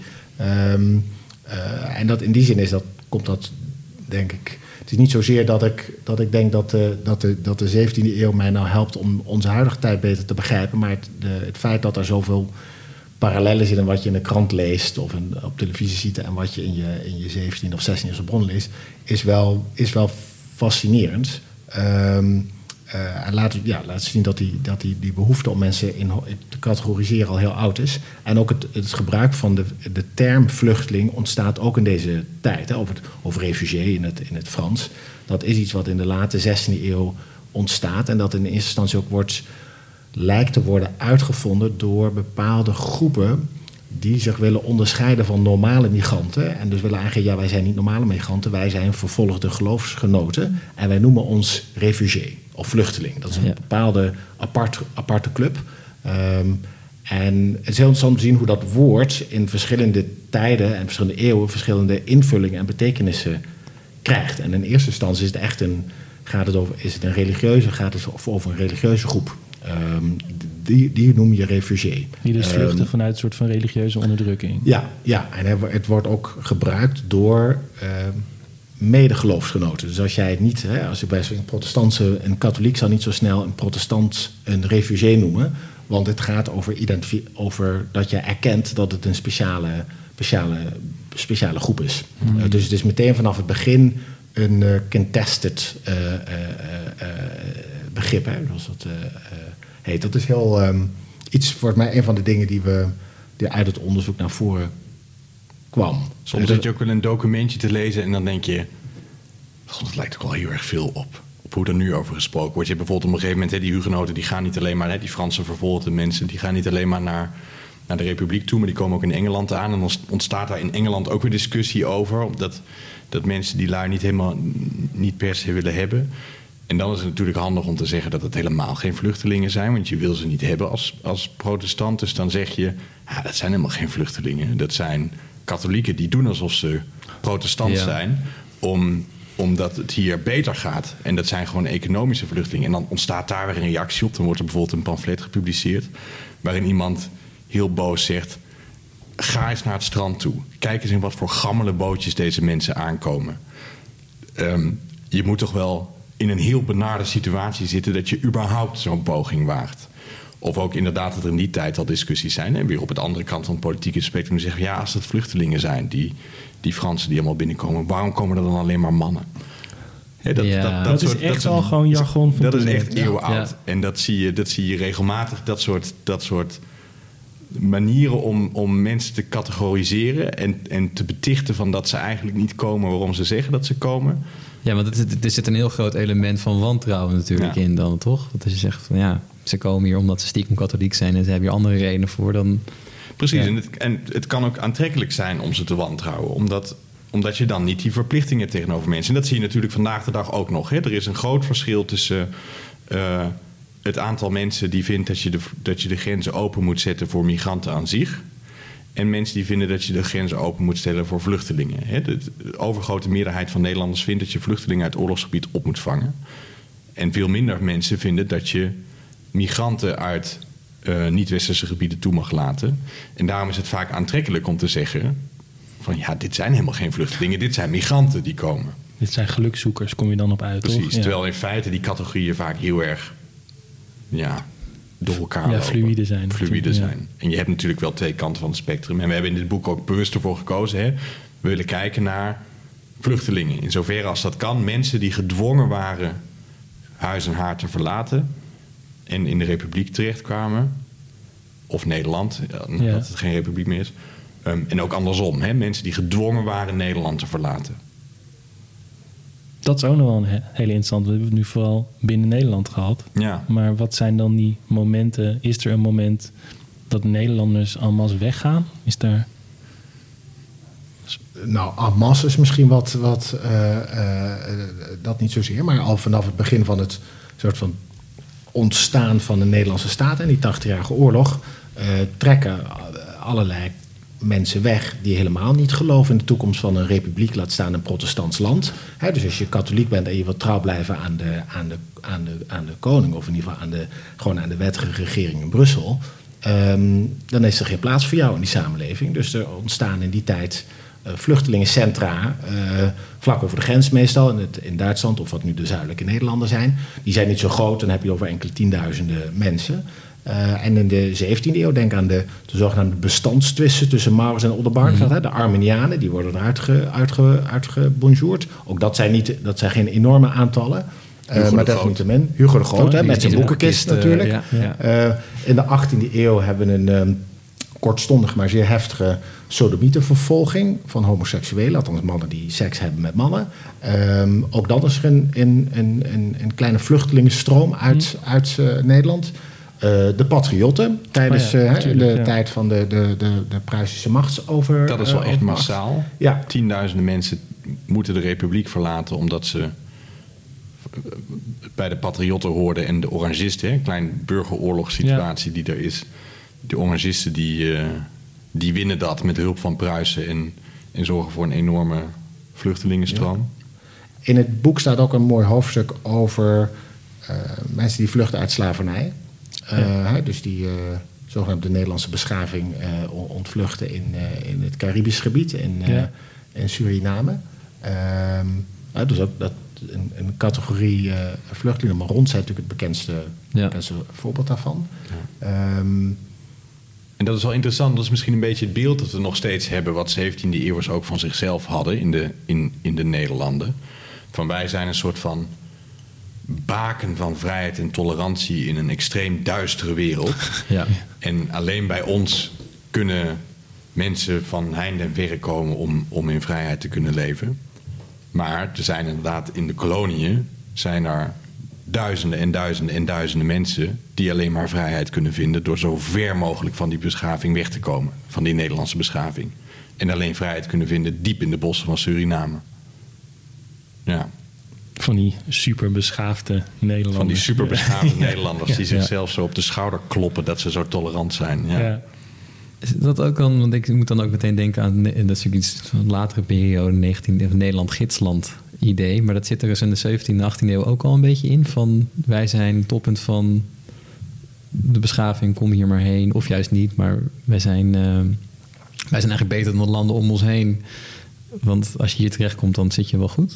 Um, uh, en dat, in die zin is dat, komt dat, denk ik. Het is niet zozeer dat ik, dat ik denk dat de, dat, de, dat de zeventiende eeuw mij nou helpt om onze huidige tijd beter te begrijpen. Maar het, de, het feit dat er zoveel parallellen zitten in wat je in de krant leest of in, op televisie ziet en wat je in je, in je zeventiende of zestiende bron leest, is wel, is wel fascinerend. Um, Uh, en laat, ja, laat zien dat, die, dat die, die behoefte om mensen in, in te categoriseren al heel oud is. En ook het, het gebruik van de, de term vluchteling ontstaat ook in deze tijd. Hè, of, het, of réfugié in het, in het Frans. Dat is iets wat in de late zestiende eeuw ontstaat. En dat in eerste instantie ook wordt, lijkt te worden uitgevonden door bepaalde groepen die zich willen onderscheiden van normale migranten. En dus willen aangeven, ja, wij zijn niet normale migranten, wij zijn vervolgde geloofsgenoten. En wij noemen ons réfugié of vluchteling. Dat is een ja. bepaalde apart, aparte club. Um, en het is heel interessant om te zien hoe dat woord in verschillende tijden en verschillende eeuwen verschillende invullingen en betekenissen krijgt. En in eerste instantie is het echt een, gaat het over, is het een religieuze, gaat het over een religieuze groep. Um, die, die noem je réfugié. Die dus vluchten um, vanuit een soort van religieuze onderdrukking. Ja, ja, en het wordt ook gebruikt door uh, medegeloofsgenoten. Dus als jij het niet, hè, als je bij een protestantse, een katholiek zal niet zo snel een protestant een réfugié noemen, want het gaat over, identif- over dat je erkent dat het een speciale, speciale, speciale groep is. Hmm. Uh, dus het is meteen vanaf het begin een uh, contested uh, uh, uh, uh, begrip, hè, zoals dat uh, uh, heet. Dat is heel um, iets, voor mij, een van de dingen die we die uit het onderzoek naar voren kwam. Soms zit je ook wel een documentje te lezen en dan denk je, het lijkt ook wel heel erg veel op, op hoe er nu over gesproken wordt. Je hebt bijvoorbeeld op een gegeven moment, hè, die hugenoten, die gaan niet alleen maar, hè, die Franse vervolgde mensen, die gaan niet alleen maar naar, naar de Republiek toe, maar die komen ook in Engeland aan. En dan ontstaat daar in Engeland ook weer discussie over, dat, dat mensen die lui niet helemaal, niet per se willen hebben. En dan is het natuurlijk handig om te zeggen dat het helemaal geen vluchtelingen zijn, want je wil ze niet hebben als, als protestant. Dus dan zeg je, ja, dat zijn helemaal geen vluchtelingen. Dat zijn katholieken die doen alsof ze protestant ja. zijn, om, omdat het hier beter gaat. En dat zijn gewoon economische vluchtelingen. En dan ontstaat daar weer een reactie op. Dan wordt er bijvoorbeeld een pamflet gepubliceerd waarin iemand heel boos zegt, ga eens naar het strand toe. Kijk eens in wat voor gammele bootjes deze mensen aankomen. Um, je moet toch wel in een heel benarde situatie zitten dat je überhaupt zo'n poging waagt. Of ook inderdaad dat er in die tijd al discussies zijn. En weer op het andere kant van het politieke spectrum zeggen, ja, als het vluchtelingen zijn, die, die Fransen die allemaal binnenkomen, waarom komen er dan alleen maar mannen? He, dat, ja. dat, dat, dat soort, is echt dat al gewoon jargon van Dat toen. is echt ja. eeuwenoud. Ja. En dat zie, je, dat zie je regelmatig, dat soort, dat soort manieren om, om mensen te categoriseren en, en te betichten van dat ze eigenlijk niet komen waarom ze zeggen dat ze komen. Ja, want er, er zit een heel groot element van wantrouwen natuurlijk ja. in dan, toch? Dat als je zegt van ja, ze komen hier omdat ze stiekem katholiek zijn en ze hebben hier andere redenen voor dan. Precies, ja. en, het, en het kan ook aantrekkelijk zijn om ze te wantrouwen, omdat, omdat je dan niet die verplichtingen tegenover mensen. En dat zie je natuurlijk vandaag de dag ook nog. Hè? Er is een groot verschil tussen uh, het aantal mensen die vindt dat je, de, dat je de grenzen open moet zetten voor migranten aan zich, en mensen die vinden dat je de grenzen open moet stellen voor vluchtelingen. De overgrote meerderheid van Nederlanders vindt dat je vluchtelingen uit het oorlogsgebied op moet vangen. En veel minder mensen vinden dat je migranten uit uh, niet-westerse gebieden toe mag laten. En daarom is het vaak aantrekkelijk om te zeggen van ja, dit zijn helemaal geen vluchtelingen, dit zijn migranten die komen. Dit zijn gelukzoekers, kom je dan op uit, Precies, toch? Ja. Terwijl in feite die categorieën vaak heel erg ja, door elkaar ja, lopen. fluïde zijn. Fluïde ja. zijn. En je hebt natuurlijk wel twee kanten van het spectrum. En we hebben in dit boek ook bewust ervoor gekozen. Hè? We willen kijken naar vluchtelingen. In zoverre als dat kan. Mensen die gedwongen waren huis en haard te verlaten. En in de Republiek terechtkwamen. Of Nederland. Ja. Dat het geen Republiek meer is. Um, en ook andersom. Hè? Mensen die gedwongen waren Nederland te verlaten. Dat is ook nog wel een he- hele interessant. We hebben het nu vooral binnen Nederland gehad. Ja. Maar wat zijn dan die momenten? Is er een moment dat Nederlanders en masse weggaan? Is daar... Nou, en masse is misschien wat, wat uh, uh, dat niet zozeer, maar al vanaf het begin van het soort van ontstaan van de Nederlandse staat en die tachtigjarige oorlog uh, trekken allerlei mensen weg die helemaal niet geloven in de toekomst van een republiek, laat staan een protestants land. He, dus als je katholiek bent en je wilt trouw blijven aan de, aan de, aan de, aan de koning, of in ieder geval aan de, gewoon aan de wettige regering in Brussel, um, dan is er geen plaats voor jou in die samenleving. Dus er ontstaan in die tijd uh, vluchtelingencentra, uh, vlak over de grens meestal, in, het, in Duitsland of wat nu de zuidelijke Nederlanden zijn. Die zijn niet zo groot, dan heb je over enkele tienduizenden mensen. Uh, en in de zeventiende eeuw, denk aan de, de zogenaamde bestandstwisten tussen Maurits en Oldenbarneveld. Mm-hmm. De Arminianen, die worden eruit ge, uitge, uitgebonjourd. Ook dat zijn, niet, dat zijn geen enorme aantallen. Uh, maar dat niet te min. Hugo de Groot, oh, hè, met zijn boekenkist uh, natuurlijk. Ja, ja. Uh, in de achttiende eeuw hebben we een um, kortstondige, maar zeer heftige sodemietenvervolging van homoseksuelen. Althans mannen die seks hebben met mannen. Um, ook dat is er een, een, een, een, een kleine vluchtelingenstroom uit, mm. uit uh, Nederland. Uh, de patriotten tijdens oh ja, uh, de ja. tijd van de, de, de, de Pruisische machtsover. Dat is wel uh, echt massaal. Ja. Tienduizenden mensen moeten de republiek verlaten omdat ze bij de patriotten hoorden en de orangisten. Een klein burgeroorlogssituatie ja. die er is. De orangisten die, uh, die winnen dat met hulp van Pruisen en, en zorgen voor een enorme vluchtelingenstroom. Ja. In het boek staat ook een mooi hoofdstuk over uh, mensen die vluchten uit slavernij. Uh, ja. Dus die uh, zogenaamde Nederlandse beschaving uh, ontvluchten in, uh, in het Caribisch gebied, in, uh, ja. in Suriname. Um, uh, dus ook dat een, een categorie uh, vluchtelingen, maar rond zijn natuurlijk het bekendste, ja. bekendste voorbeeld daarvan. Ja. Um, en dat is wel interessant, dat is misschien een beetje het beeld dat we nog steeds hebben, wat zeventiende eeuwers ook van zichzelf hadden in de, in, in de Nederlanden. Van wij zijn een soort van baken van vrijheid en tolerantie in een extreem duistere wereld. Ja. En alleen bij ons kunnen mensen van heinde en verre komen om, om in vrijheid te kunnen leven. Maar er zijn inderdaad in de koloniën zijn er duizenden en duizenden en duizenden mensen die alleen maar vrijheid kunnen vinden door zo ver mogelijk van die beschaving weg te komen. Van die Nederlandse beschaving. En alleen vrijheid kunnen vinden diep in de bossen van Suriname. Ja. Van die superbeschaafde Nederlanders. Van die superbeschaafde ja. Nederlanders die ja. zichzelf zo op de schouder kloppen dat ze zo tolerant zijn. Ja. Ja. Is dat ook dan, want ik moet dan ook meteen denken aan, dat is natuurlijk iets van een latere periode, negentiende Nederland-Gidsland idee. Maar dat zit er dus in de zeventiende, achttiende eeuw ook al een beetje in. Van wij zijn het toppunt van de beschaving, kom hier maar heen. Of juist niet, maar wij zijn, uh, wij zijn eigenlijk beter dan de landen om ons heen. Want als je hier terechtkomt, dan zit je wel goed.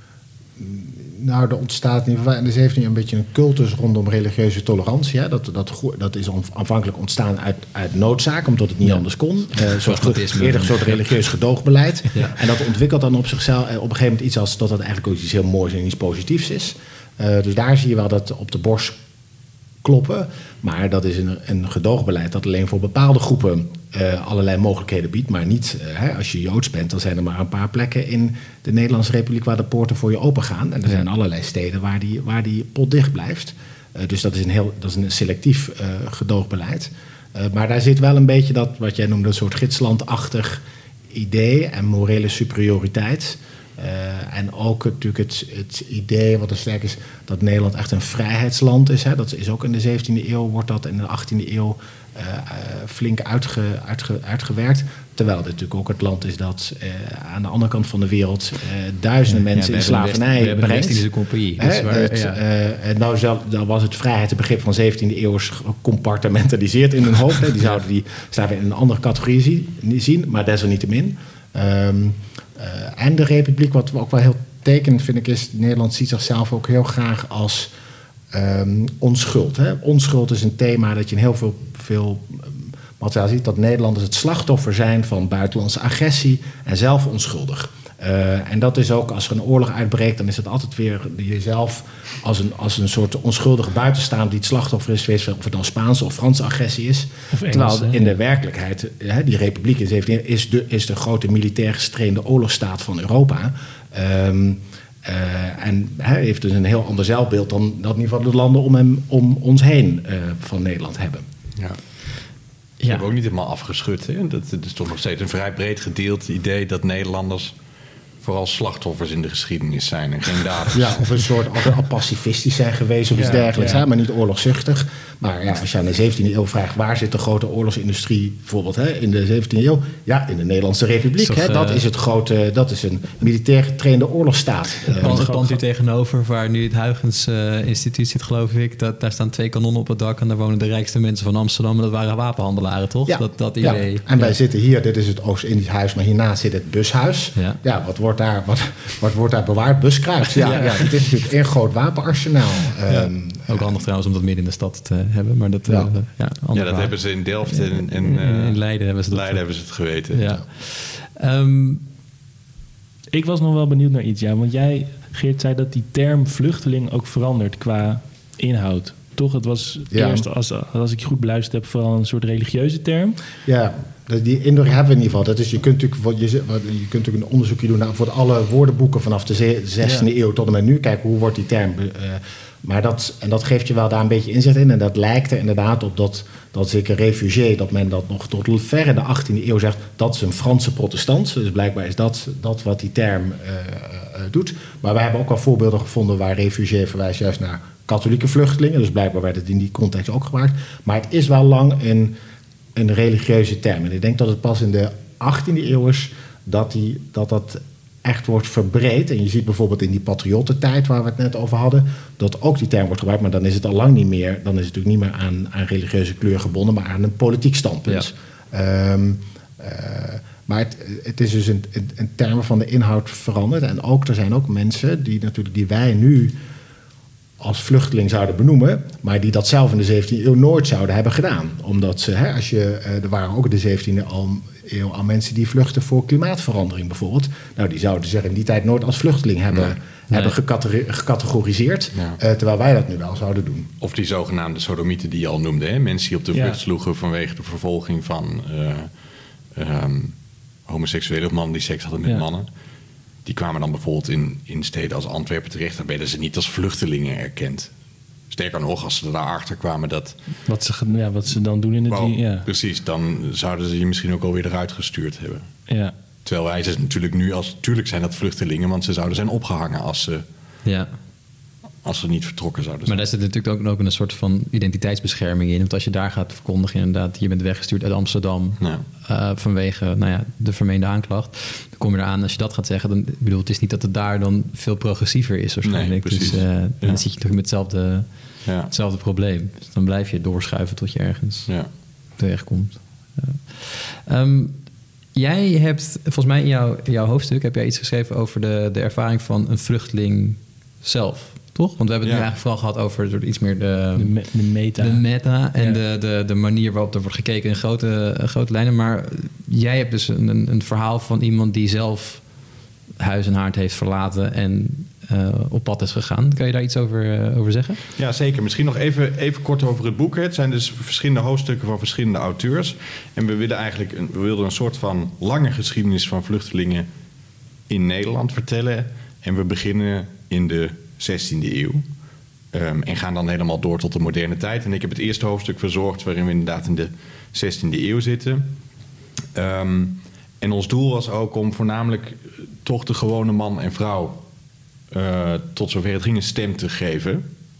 Nou, er ontstaat in de zeventiende een beetje een cultus rondom religieuze tolerantie. Hè. Dat, dat, dat is aanvankelijk ontstaan uit, uit noodzaak, omdat het niet ja. anders kon. Uh, zoals eerder een soort religieus gedoogbeleid. Ja. En dat ontwikkelt dan op zichzelf op een gegeven moment iets als dat het eigenlijk ook iets heel moois en iets positiefs is. Uh, dus daar zie je wel dat op de borst kloppen. Maar dat is een, een gedoogbeleid dat alleen voor bepaalde groepen uh, allerlei mogelijkheden biedt. Maar niet, uh, hè, als je Joods bent, dan zijn er maar een paar plekken in de Nederlandse Republiek waar de poorten voor je open gaan. En er zijn allerlei steden waar die, waar die pot dicht blijft. Uh, dus dat is een, heel, dat is een selectief uh, gedoogbeleid. Uh, maar daar zit wel een beetje dat, wat jij noemde, een soort gidslandachtig idee en morele superioriteit. Uh, en ook natuurlijk het, het idee wat er sterk is dat Nederland echt een vrijheidsland is. Hè. Dat is ook in de zeventiende eeuw, wordt dat in de achttiende eeuw uh, uh, flink uitge, uitge, uitgewerkt. Terwijl dit natuurlijk ook het land is dat uh, aan de andere kant van de wereld uh, duizenden ja, mensen ja, in slavernij West, brengt. We hebben compagnie. Dus waar, het, ja. uh, en nou, zelf, nou was het vrijheidsbegrip van zeventiende eeuwers compartimentaliseerd in hun hoofd. Hè. Die zouden die slavernij in een andere categorie zien, zien maar desalniettemin. Um, Uh, en de Republiek, wat ook wel heel tekenend vind ik, is Nederland ziet zichzelf ook heel graag als um, onschuld. Hè? Onschuld is een thema dat je in heel veel, veel materiaal ziet, dat Nederlanders het slachtoffer zijn van buitenlandse agressie en zelf onschuldig. Uh, en dat is ook, als er een oorlog uitbreekt, dan is het altijd weer jezelf als een, als een soort onschuldige buitenstaander die het slachtoffer is geweest, of het nou Spaanse of Franse agressie is. Of Engels, terwijl in de werkelijkheid, hè, die republiek in zeventiende is de, is de grote militair gestrainde oorlogsstaat van Europa. Um, Uh, en hij heeft dus een heel ander zelfbeeld dan, dan in ieder geval de landen om, hem, om ons heen uh, van Nederland hebben. Ja. Ze Ja. hebben ook niet helemaal afgeschud. Hè? Dat, dat is toch nog steeds een vrij breed gedeeld idee dat Nederlanders vooral slachtoffers in de geschiedenis zijn en geen daders. Ja, of een soort of pacifistisch zijn geweest of iets Ja, dergelijks, ja. hè, maar niet oorlogzuchtig. Maar ja, als je aan de zeventiende eeuw vraagt waar zit de grote oorlogsindustrie bijvoorbeeld hè, in de zeventiende eeuw? Ja, in de Nederlandse Republiek. Toch, Hè, dat uh, is het grote, dat is een militair getrainde oorlogsstaat. Het Uh, pand, het pand hier tegenover, waar nu het Huygens uh, instituut zit, geloof ik. Dat, daar staan twee kanonnen op het dak en daar wonen de rijkste mensen van Amsterdam. En dat waren wapenhandelaren, toch? Ja, dat, dat ja. idee. En wij Ja. zitten hier, dit is het Oost-Indisch huis, maar hiernaast zit het bushuis. Ja. Ja, wat wordt daar, wat, wat wordt daar bewaard? Buskruid. Ja, ja. ja, het is natuurlijk één groot wapenarsenaal. Ja. Um, Ook handig trouwens om dat midden in de stad te hebben. Maar dat, Ja. uh, ja, ander Ja, dat verhaal. hebben ze in Delft en, en in, uh, in Leiden hebben ze dat. Leiden hebben ze het geweten. Ja. Um, Ik was nog wel benieuwd naar iets, ja. Want jij, Geert, zei dat die term vluchteling ook verandert qua inhoud. Toch? Het was Ja. eerst, als, als ik je goed beluisterd heb, vooral een soort religieuze term. Ja, dat- die indruk hebben we in ieder geval. Dat is, je, kunt natuurlijk, wat je, ze- wat- je kunt natuurlijk een onderzoekje doen naar voor alle woordenboeken vanaf de ze- zestiende eeuw tot en met nu. Kijken hoe wordt die term. be- eh, maar dat, en dat geeft je wel daar een beetje inzicht in. En dat lijkt er inderdaad op dat, dat zeker refugié, dat men dat nog tot ver in de achttiende eeuw zegt. Dat is een Franse protestant. Dus blijkbaar is dat, dat wat die term eh, eh, doet. Maar we hebben ook wel voorbeelden gevonden waar refugié verwijst juist naar katholieke vluchtelingen. Dus blijkbaar werd het in die context ook gebruikt. Maar het is wel lang een, een religieuze term. En ik denk dat het pas in de achttiende eeuw is dat die, dat, dat echt wordt verbreed. En je ziet bijvoorbeeld in die patriottentijd waar we het net over hadden, dat ook die term wordt gebruikt. Maar dan is het al lang niet meer, dan is het natuurlijk niet meer aan, aan religieuze kleur gebonden, maar aan een politiek standpunt. Ehm, uh, maar het, het is dus een, een, een term van de inhoud veranderd. En ook, er zijn ook mensen die natuurlijk die wij nu als vluchteling zouden benoemen, maar die dat zelf in de zeventiende eeuw nooit zouden hebben gedaan. Omdat ze, hè, als je, er waren ook in de zeventiende eeuw al mensen die vluchten voor klimaatverandering bijvoorbeeld. Nou, die zouden zich in die tijd nooit als vluchteling hebben, Nee. hebben Nee. gecate- gecategoriseerd, Ja. uh, terwijl wij dat nu wel zouden doen. Of die zogenaamde sodomieten die je al noemde. Hè? Mensen die op de Ja. vlucht sloegen vanwege de vervolging van uh, um, homoseksuele mannen die seks hadden met Ja. mannen. Die kwamen dan bijvoorbeeld in, in steden als Antwerpen terecht. Dan werden ze niet als vluchtelingen erkend. Sterker nog, als ze daarachter kwamen dat... Wat ze, ge- ja, wat ze dan doen in het... Wow, ja. precies, dan zouden ze je misschien ook alweer eruit gestuurd hebben. Ja. Terwijl wij ze natuurlijk nu als... Tuurlijk zijn dat vluchtelingen, want ze zouden zijn opgehangen als ze, ja. als ze niet vertrokken zouden Maar zijn. daar zit natuurlijk ook, ook een soort van identiteitsbescherming in. Want als je daar gaat verkondigen, inderdaad, je bent weggestuurd uit Amsterdam Ja. uh, vanwege nou ja, de vermeende aanklacht. Dan kom je eraan, als je dat gaat zeggen, dan ik bedoel, het is niet dat het daar dan veel progressiever is waarschijnlijk. Nee, precies. Dus uh, dan Ja. zit je toch met hetzelfde, Ja. hetzelfde probleem. Dus dan blijf je doorschuiven tot je ergens Ja. terechtkomt. Ja. Um, jij hebt, volgens mij in jouw, in jouw hoofdstuk heb jij iets geschreven over de, de ervaring van een vluchteling zelf, toch? Want we hebben het Ja. nu eigenlijk vooral gehad over door iets meer de, De, me- de meta. de meta en Ja. de, de, de manier waarop er wordt gekeken in grote, uh, grote lijnen. Maar jij hebt dus een, een, een verhaal van iemand die zelf huis en haard heeft verlaten en uh, op pad is gegaan. Kan je daar iets over, uh, over zeggen? Ja, zeker. Misschien nog even, even kort over het boek. Het zijn dus verschillende hoofdstukken van verschillende auteurs. En we willen eigenlijk een, we wilden een soort van lange geschiedenis van vluchtelingen in Nederland vertellen. En we beginnen in de zestiende eeuw. Um, en gaan dan helemaal door tot de moderne tijd. En ik heb het eerste hoofdstuk verzorgd waarin we inderdaad in de zestiende eeuw zitten. Um, en ons doel was ook om voornamelijk toch de gewone man en vrouw Uh, tot zover het ging een stem te geven.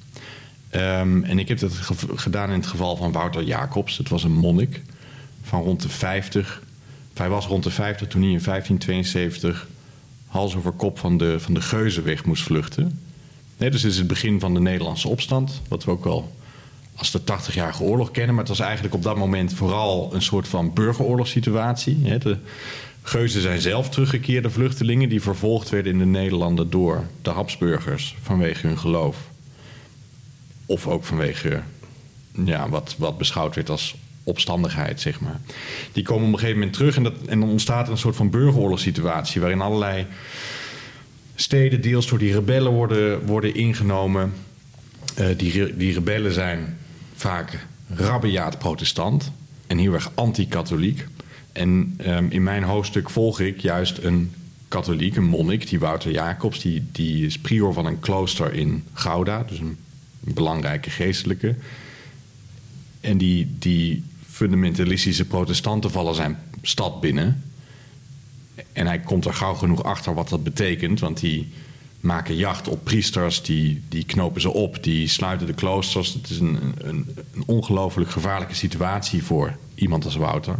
Um, en ik heb dat ge- gedaan in het geval van Wouter Jacobs. Het was een monnik van rond de vijftig. Hij was rond de vijftig toen hij in vijftien tweeënzeventig hals over kop van de, van de Geuzenweg moest vluchten. Nee, dus dit is het begin van de Nederlandse opstand. Wat we ook wel als de tachtigjarige oorlog kennen. Maar het was eigenlijk op dat moment vooral een soort van burgeroorlogssituatie. Hè. De Geuzen zijn zelf teruggekeerde vluchtelingen die vervolgd werden in de Nederlanden door de Habsburgers vanwege hun geloof. Of ook vanwege ja, wat, wat beschouwd werd als opstandigheid, zeg maar. Die komen op een gegeven moment terug en, dat, en dan ontstaat er een soort van burgeroorlogssituatie waarin allerlei steden deels door die rebellen worden, worden ingenomen. Uh, die, die rebellen zijn vaak rabiaat protestant en heel erg anti-katholiek. En um, in mijn hoofdstuk volg ik juist een katholiek, een monnik, die Wouter Jacobs. Die, die is prior van een klooster in Gouda, dus een, een belangrijke geestelijke. En die, die fundamentalistische protestanten vallen zijn stad binnen. En hij komt er gauw genoeg achter wat dat betekent, want die maken jacht op priesters, die, die knopen ze op, die sluiten de kloosters. Het is een, een, een ongelooflijk gevaarlijke situatie voor iemand als Wouter.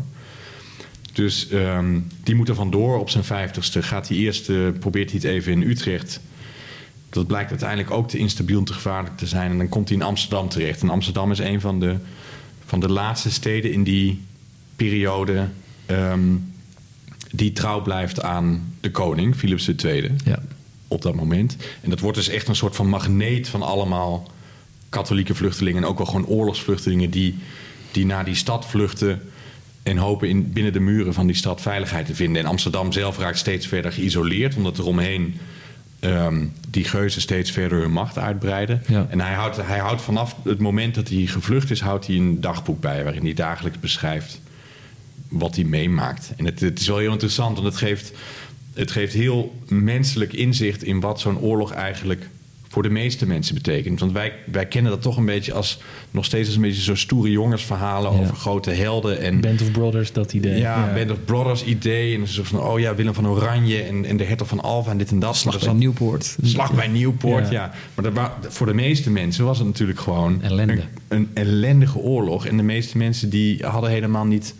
Dus um, die moet er vandoor op zijn vijftigste. Gaat hij eerst, uh, probeert hij het even in Utrecht. Dat blijkt uiteindelijk ook te instabiel en te gevaarlijk te zijn. En dan komt hij in Amsterdam terecht. En Amsterdam is een van de, van de laatste steden in die periode Um, die trouw blijft aan de koning, Philips de Tweede. Ja. Op dat moment. En dat wordt dus echt een soort van magneet van allemaal katholieke vluchtelingen en ook wel gewoon oorlogsvluchtelingen die, die naar die stad vluchten en hopen in, binnen de muren van die stad veiligheid te vinden. En Amsterdam zelf raakt steeds verder geïsoleerd, omdat er omheen um, die geuzen steeds verder hun macht uitbreiden. Ja. En hij houdt, hij houdt vanaf het moment dat hij gevlucht is, houdt hij een dagboek bij waarin hij dagelijks beschrijft wat hij meemaakt. En het, het is wel heel interessant, want het geeft, het geeft heel menselijk inzicht in wat zo'n oorlog eigenlijk voor de meeste mensen betekent. Want wij, wij kennen dat toch een beetje als nog steeds als een beetje zo stoere jongensverhalen, ja, over grote helden. En Band of Brothers, dat idee. Ja, ja. Band of Brothers idee. En zo van, oh ja, Willem van Oranje en, en de hertog van Alva en dit en dat. Slag bij zat, Nieuwpoort. Slag bij Nieuwpoort, ja. Ja. Maar dat, wa- voor de meeste mensen was het natuurlijk gewoon Ellende. Een, een ellendige oorlog. En de meeste mensen die hadden helemaal niet...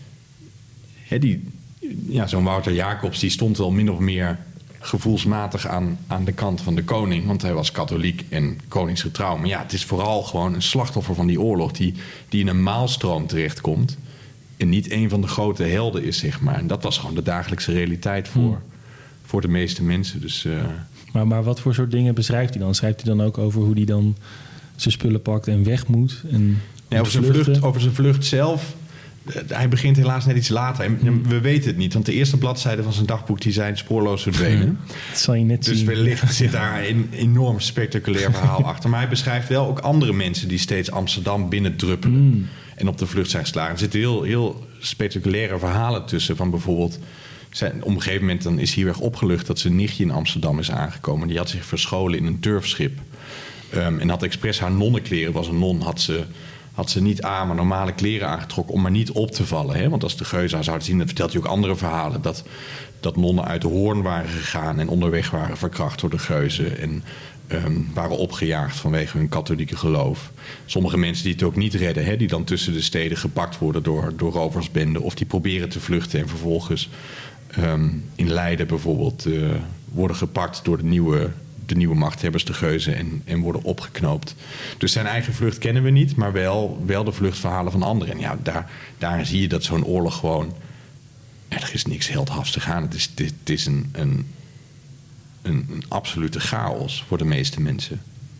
Hè, die, ja, zo'n Wouter Jacobs, die stond wel min of meer gevoelsmatig aan, aan de kant van de koning. Want hij was katholiek en koningsgetrouw. Maar ja, het is vooral gewoon een slachtoffer van die oorlog die, die in een maalstroom terechtkomt. En niet een van de grote helden is, zeg maar. En dat was gewoon de dagelijkse realiteit voor, Hmm. voor de meeste mensen. Dus, uh, Maar, maar wat voor soort dingen beschrijft hij dan? Schrijft hij dan ook over hoe hij dan zijn spullen pakt en weg moet? En ja, over, zijn vlucht, over zijn vlucht zelf... Hij begint helaas net iets later. En Hmm. we weten het niet, want de eerste bladzijden van zijn dagboek die zijn spoorloos verdwenen. Dat zal je net Dus zien. wellicht zit daar een enorm spectaculair verhaal achter. Maar hij beschrijft wel ook andere mensen die steeds Amsterdam binnendruppelen. Mm. En op de vlucht zijn geslagen. Er zitten heel, heel spectaculaire verhalen tussen. Van bijvoorbeeld, zijn, op een gegeven moment dan is hij heel erg opgelucht dat zijn nichtje in Amsterdam is aangekomen. Die had zich verscholen in een turfschip. Um, en had expres haar nonnenkleren, was een non, had ze... had ze niet aan, maar normale kleren aangetrokken om maar niet op te vallen. Hè? Want als de geuzen haar zouden zien, dan vertelt hij ook andere verhalen. Dat, dat nonnen uit de Hoorn waren gegaan en onderweg waren verkracht door de geuzen. En um, waren opgejaagd vanwege hun katholieke geloof. Sommige mensen die het ook niet redden, hè? Die dan tussen de steden gepakt worden door, door roversbenden. Of die proberen te vluchten en vervolgens um, in Leiden bijvoorbeeld uh, worden gepakt door de nieuwe... de nieuwe machthebbers, de geuzen, en, en worden opgeknoopt. Dus zijn eigen vlucht kennen we niet, maar wel, wel de vluchtverhalen van anderen. En ja, daar, daar zie je dat zo'n oorlog gewoon... Ja, er is niks heldhaftig aan. Het is, het, het is een, een, een, een absolute chaos voor de meeste mensen.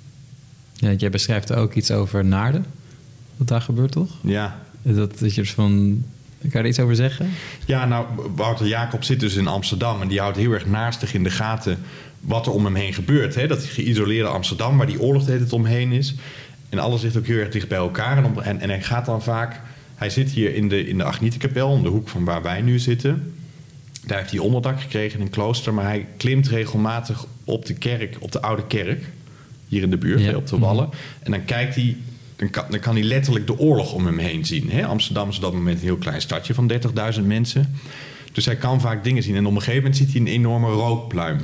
Ja, jij beschrijft ook iets over Naarden. Wat daar gebeurt, toch? Ja. Dat is je van... Kan je er iets over zeggen? Ja, nou, Wouter Jacobs zit dus in Amsterdam en die houdt heel erg naastig in de gaten wat er om hem heen gebeurt. Hè? Dat geïsoleerde Amsterdam, waar die oorlog de hele tijd omheen is. En alles ligt ook heel erg dicht bij elkaar. En, op, en, en hij gaat dan vaak... Hij zit hier in de, in de Agnietenkapel, om de hoek van waar wij nu zitten. Daar heeft hij onderdak gekregen in een klooster. Maar hij klimt regelmatig op de kerk, op de oude kerk. Hier in de buurt, Ja. hè, op de Wallen. En dan kijkt hij... Dan kan, dan kan hij letterlijk de oorlog om hem heen zien. Hè? Amsterdam is op dat moment een heel klein stadje van dertigduizend mensen. Dus hij kan vaak dingen zien. En op een gegeven moment ziet hij een enorme rookpluim.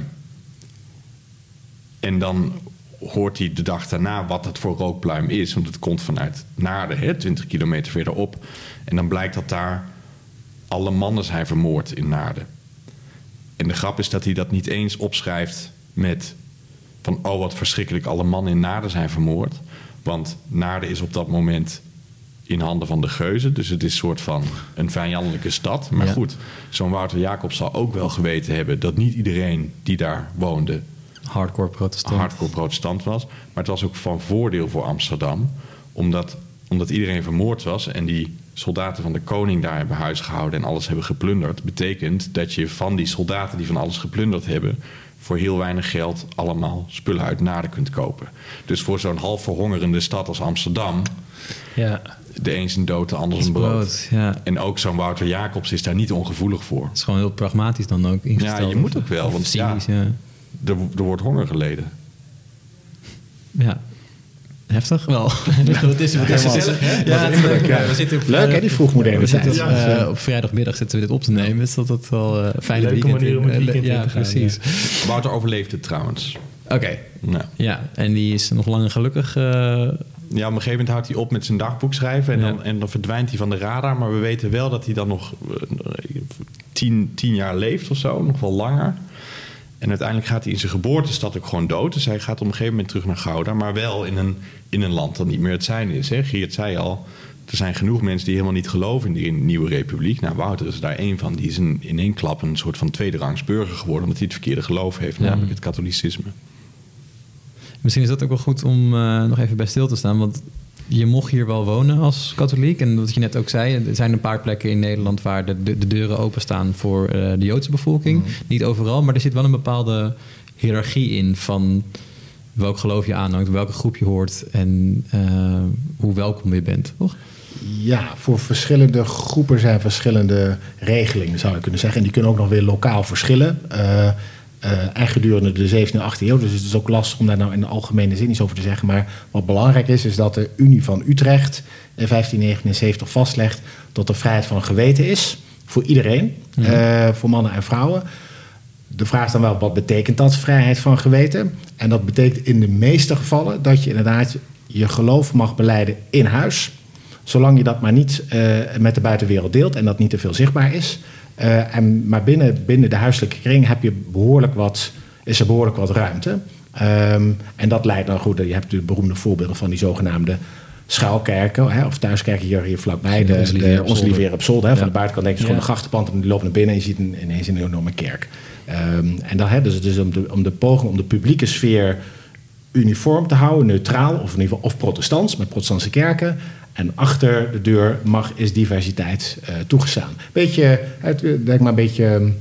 En dan hoort hij de dag daarna wat het voor rookpluim is. Want het komt vanuit Naarden, hè, twintig kilometer verderop. En dan blijkt dat daar alle mannen zijn vermoord in Naarden. En de grap is dat hij dat niet eens opschrijft met... van oh, wat verschrikkelijk, alle mannen in Naarden zijn vermoord. Want Naarden is op dat moment in handen van de geuzen. Dus het is een soort van een vijandelijke stad. Maar Ja. goed, zo'n Wouter Jacobs zal ook wel geweten hebben... dat niet iedereen die daar woonde... Hardcore protestant. hardcore protestant was. Maar het was ook van voordeel voor Amsterdam. Omdat, omdat iedereen vermoord was... en die soldaten van de koning daar hebben huisgehouden... en alles hebben geplunderd. Betekent dat je van die soldaten die van alles geplunderd hebben... voor heel weinig geld allemaal spullen uit Naarden kunt kopen. Dus voor zo'n half verhongerende stad als Amsterdam... Ja. De een zijn dood, de ander zijn brood. brood ja. En ook zo'n Wouter Jacobs is daar niet ongevoelig voor. Het is gewoon heel pragmatisch dan ook ingesteld. Ja, je moet ook wel. Want cynisch, ja, ja. Er, er wordt honger geleden. Ja. Heftig wel. Het is, het is gezellig, hè? Ja, ja, ja. We zitten op leuk, vrijdag, hè, die vroegmoderne tijd. Op, uh, op vrijdagmiddag zitten we dit op te nemen. Dus dat het wel uh, fijne leuke weekend manier om het weekend in, uh, in ja, te gaan. Precies. Ja. Wouter overleeft het trouwens. Oké. Okay. Nou. Ja, en die is nog lang en gelukkig... Uh, ja, op een gegeven moment houdt hij op met zijn dagboek schrijven... en, ja. dan, en dan verdwijnt hij van de radar. Maar we weten wel dat hij dan nog uh, tien, tien jaar leeft of zo. Nog wel langer. En uiteindelijk gaat hij in zijn geboortestad ook gewoon dood. Dus hij gaat op een gegeven moment terug naar Gouda. Maar wel in een, in een land dat niet meer het zijne is. Hè? Geert zei al, er zijn genoeg mensen die helemaal niet geloven in die nieuwe republiek. Nou, Wouter is daar één van. Die is een, in één klap een soort van tweederangs burger geworden... omdat hij het verkeerde geloof heeft, ja. namelijk het katholicisme. Misschien is dat ook wel goed om uh, nog even bij stil te staan. Want je mocht hier wel wonen als katholiek. En wat je net ook zei, er zijn een paar plekken in Nederland... waar de, de, de deuren openstaan voor uh, de Joodse bevolking. Mm. Niet overal, maar er zit wel een bepaalde hiërarchie in... van welk geloof je aanhangt, welke groep je hoort... en uh, hoe welkom je bent, toch? Ja, voor verschillende groepen zijn verschillende regelingen, zou je kunnen zeggen. En die kunnen ook nog weer lokaal verschillen... Uh, Uh, en gedurende de zeventiende en achttiende eeuw. Dus het is ook lastig om daar nou in de algemene zin iets over te zeggen. Maar wat belangrijk is, is dat de Unie van Utrecht in vijftien negenenzeventig vastlegt dat er vrijheid van geweten is voor iedereen, ja. uh, voor mannen en vrouwen. De vraag is dan wel, wat betekent dat, vrijheid van geweten? En dat betekent in de meeste gevallen dat je inderdaad je geloof mag belijden in huis, zolang je dat maar niet uh, met de buitenwereld deelt en dat niet te veel zichtbaar is. Uh, en, maar binnen, binnen de huiselijke kring heb je behoorlijk wat, is er behoorlijk wat ruimte. Um, en dat leidt dan goed. Je hebt de beroemde voorbeelden van die zogenaamde schuilkerken, hè, of thuiskerken hier, hier vlakbij. De, de, de Onze Lieve Heer op zolder. Hè, ja. Van de buitenkant denk je gewoon ja. een grachtenpand en die lopen naar binnen en je ziet een, ineens een enorme kerk. Um, en dan hebben ze dus om de, om de poging om de publieke sfeer uniform te houden, neutraal of in ieder geval of protestants met protestantse kerken. En achter de deur mag, is diversiteit uh, toegestaan. Beetje, het, denk maar een beetje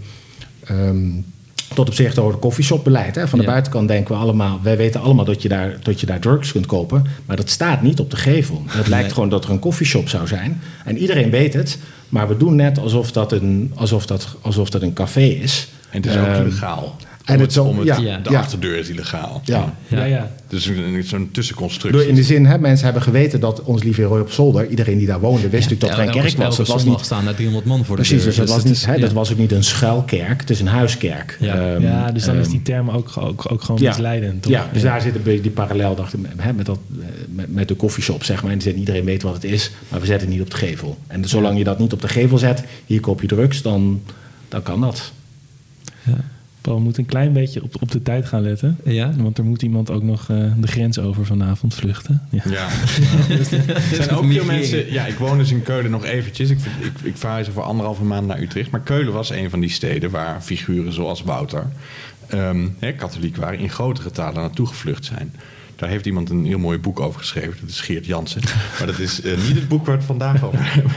um, tot op zich over de koffieshopbeleid. Hè. Van de ja. buitenkant denken we allemaal, wij weten allemaal dat je, daar, dat je daar drugs kunt kopen. Maar dat staat niet op de gevel. Het lijkt nee. gewoon dat er een koffieshop zou zijn. En iedereen weet het. Maar we doen net alsof dat een, alsof dat, alsof dat een café is. En het is ook um, illegaal. En het, om het, ja, de ja. achterdeur is illegaal. Ja. Ja, ja. ja. Dus een, zo'n tussenconstructie. In de zin, hè, mensen hebben geweten dat Ons Lieve Heer op zolder, iedereen die daar woonde, wist natuurlijk ja, dat er een kerk was. Dat was niet staan daar driehonderd man voor de precies, deur. Dus dat, dus was niet, is, hè, ja. dat was ook niet een schuilkerk, het is een huiskerk. Ja, um, ja dus dan um, is die term ook, ook, ook gewoon ja, misleidend. Toch? Ja, dus ja. daar zit een beetje die parallel dacht ik, hè, met, dat, met, met de koffieshop, zeg maar. En die zin, iedereen weet wat het is, maar we zetten het niet op de gevel. En zolang je dat niet op de gevel zet, hier koop je drugs, dan, dan kan dat. Ja. Paul, we moeten een klein beetje op, op de tijd gaan letten. Ja? Want er moet iemand ook nog uh, de grens over vanavond vluchten. Ja. ja. ja. Dus, er zijn ook veel mensen... Ja, ik woon dus in Keulen nog eventjes. Ik, ik, ik verhuis voor anderhalve maand naar Utrecht. Maar Keulen was een van die steden waar figuren zoals Wouter... Um, hè, katholiek waren, in grote getalen naartoe gevlucht zijn. Daar heeft iemand een heel mooi boek over geschreven. Dat is Geert Jansen. Maar dat is uh, niet het boek waar we het vandaag over hebben.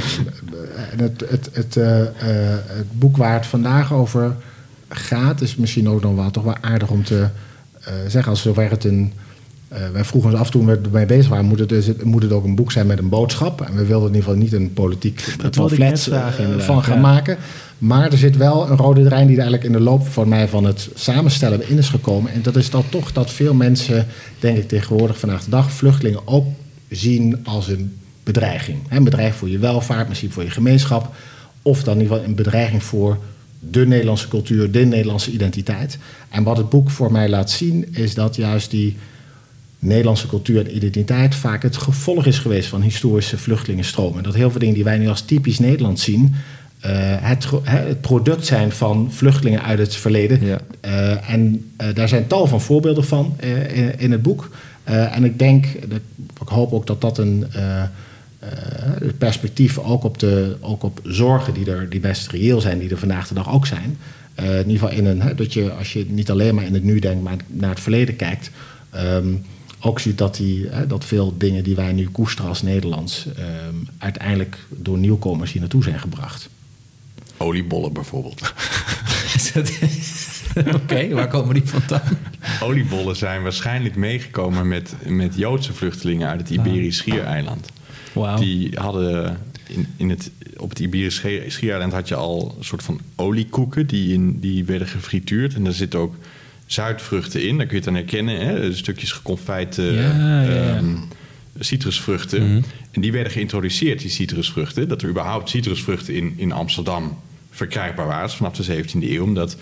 Het, het, het, uh, uh, het boek waar het vandaag over... gaat, is misschien ook nog wel toch wel aardig om te uh, zeggen. Als zover het een... Uh, wij vroegen ons af toen we ermee bezig waren... Moet het, dus, moet het ook een boek zijn met een boodschap? En we wilden in ieder geval niet een politiek pamflet uh, van gaan ja. maken. Maar er zit wel een rode draai... die er eigenlijk in de loop van mij van het samenstellen in is gekomen. En dat is dan toch dat veel mensen... denk ik tegenwoordig vandaag de dag... vluchtelingen ook zien als een bedreiging. Een bedreiging voor je welvaart, misschien voor je gemeenschap... of dan in ieder geval een bedreiging voor... de Nederlandse cultuur, de Nederlandse identiteit. En wat het boek voor mij laat zien... is dat juist die Nederlandse cultuur en identiteit... vaak het gevolg is geweest van historische vluchtelingenstromen. Dat heel veel dingen die wij nu als typisch Nederland zien... Uh, het, het product zijn van vluchtelingen uit het verleden. Ja. Uh, en uh, daar zijn tal van voorbeelden van uh, in, in het boek. Uh, en ik denk, dat, ik hoop ook dat dat een... Uh, Uh, het perspectief ook op, de, ook op zorgen die er die best reëel zijn, die er vandaag de dag ook zijn. Uh, in ieder geval in een, hè, dat je, als je niet alleen maar in het nu denkt, maar naar het verleden kijkt, um, ook ziet dat, die, hè, dat veel dingen die wij nu koesteren als Nederlands, um, uiteindelijk door nieuwkomers hier naartoe zijn gebracht. Oliebollen bijvoorbeeld. Oké, okay, waar komen die vandaan? Oliebollen zijn waarschijnlijk meegekomen met, met Joodse vluchtelingen uit het Iberisch Schiereiland. Wow. Die hadden in, in het, op het Iberisch Schiereiland had je al een soort van oliekoeken die, in, die werden gefrituurd. En daar zitten ook zuidvruchten in. Daar kun je het aan herkennen. Hè? Stukjes geconfijte Ja, ja, ja. Um, citrusvruchten. Mm-hmm. En die werden geïntroduceerd, die citrusvruchten. Dat er überhaupt citrusvruchten in, in Amsterdam verkrijgbaar waren vanaf de zeventiende eeuw. Omdat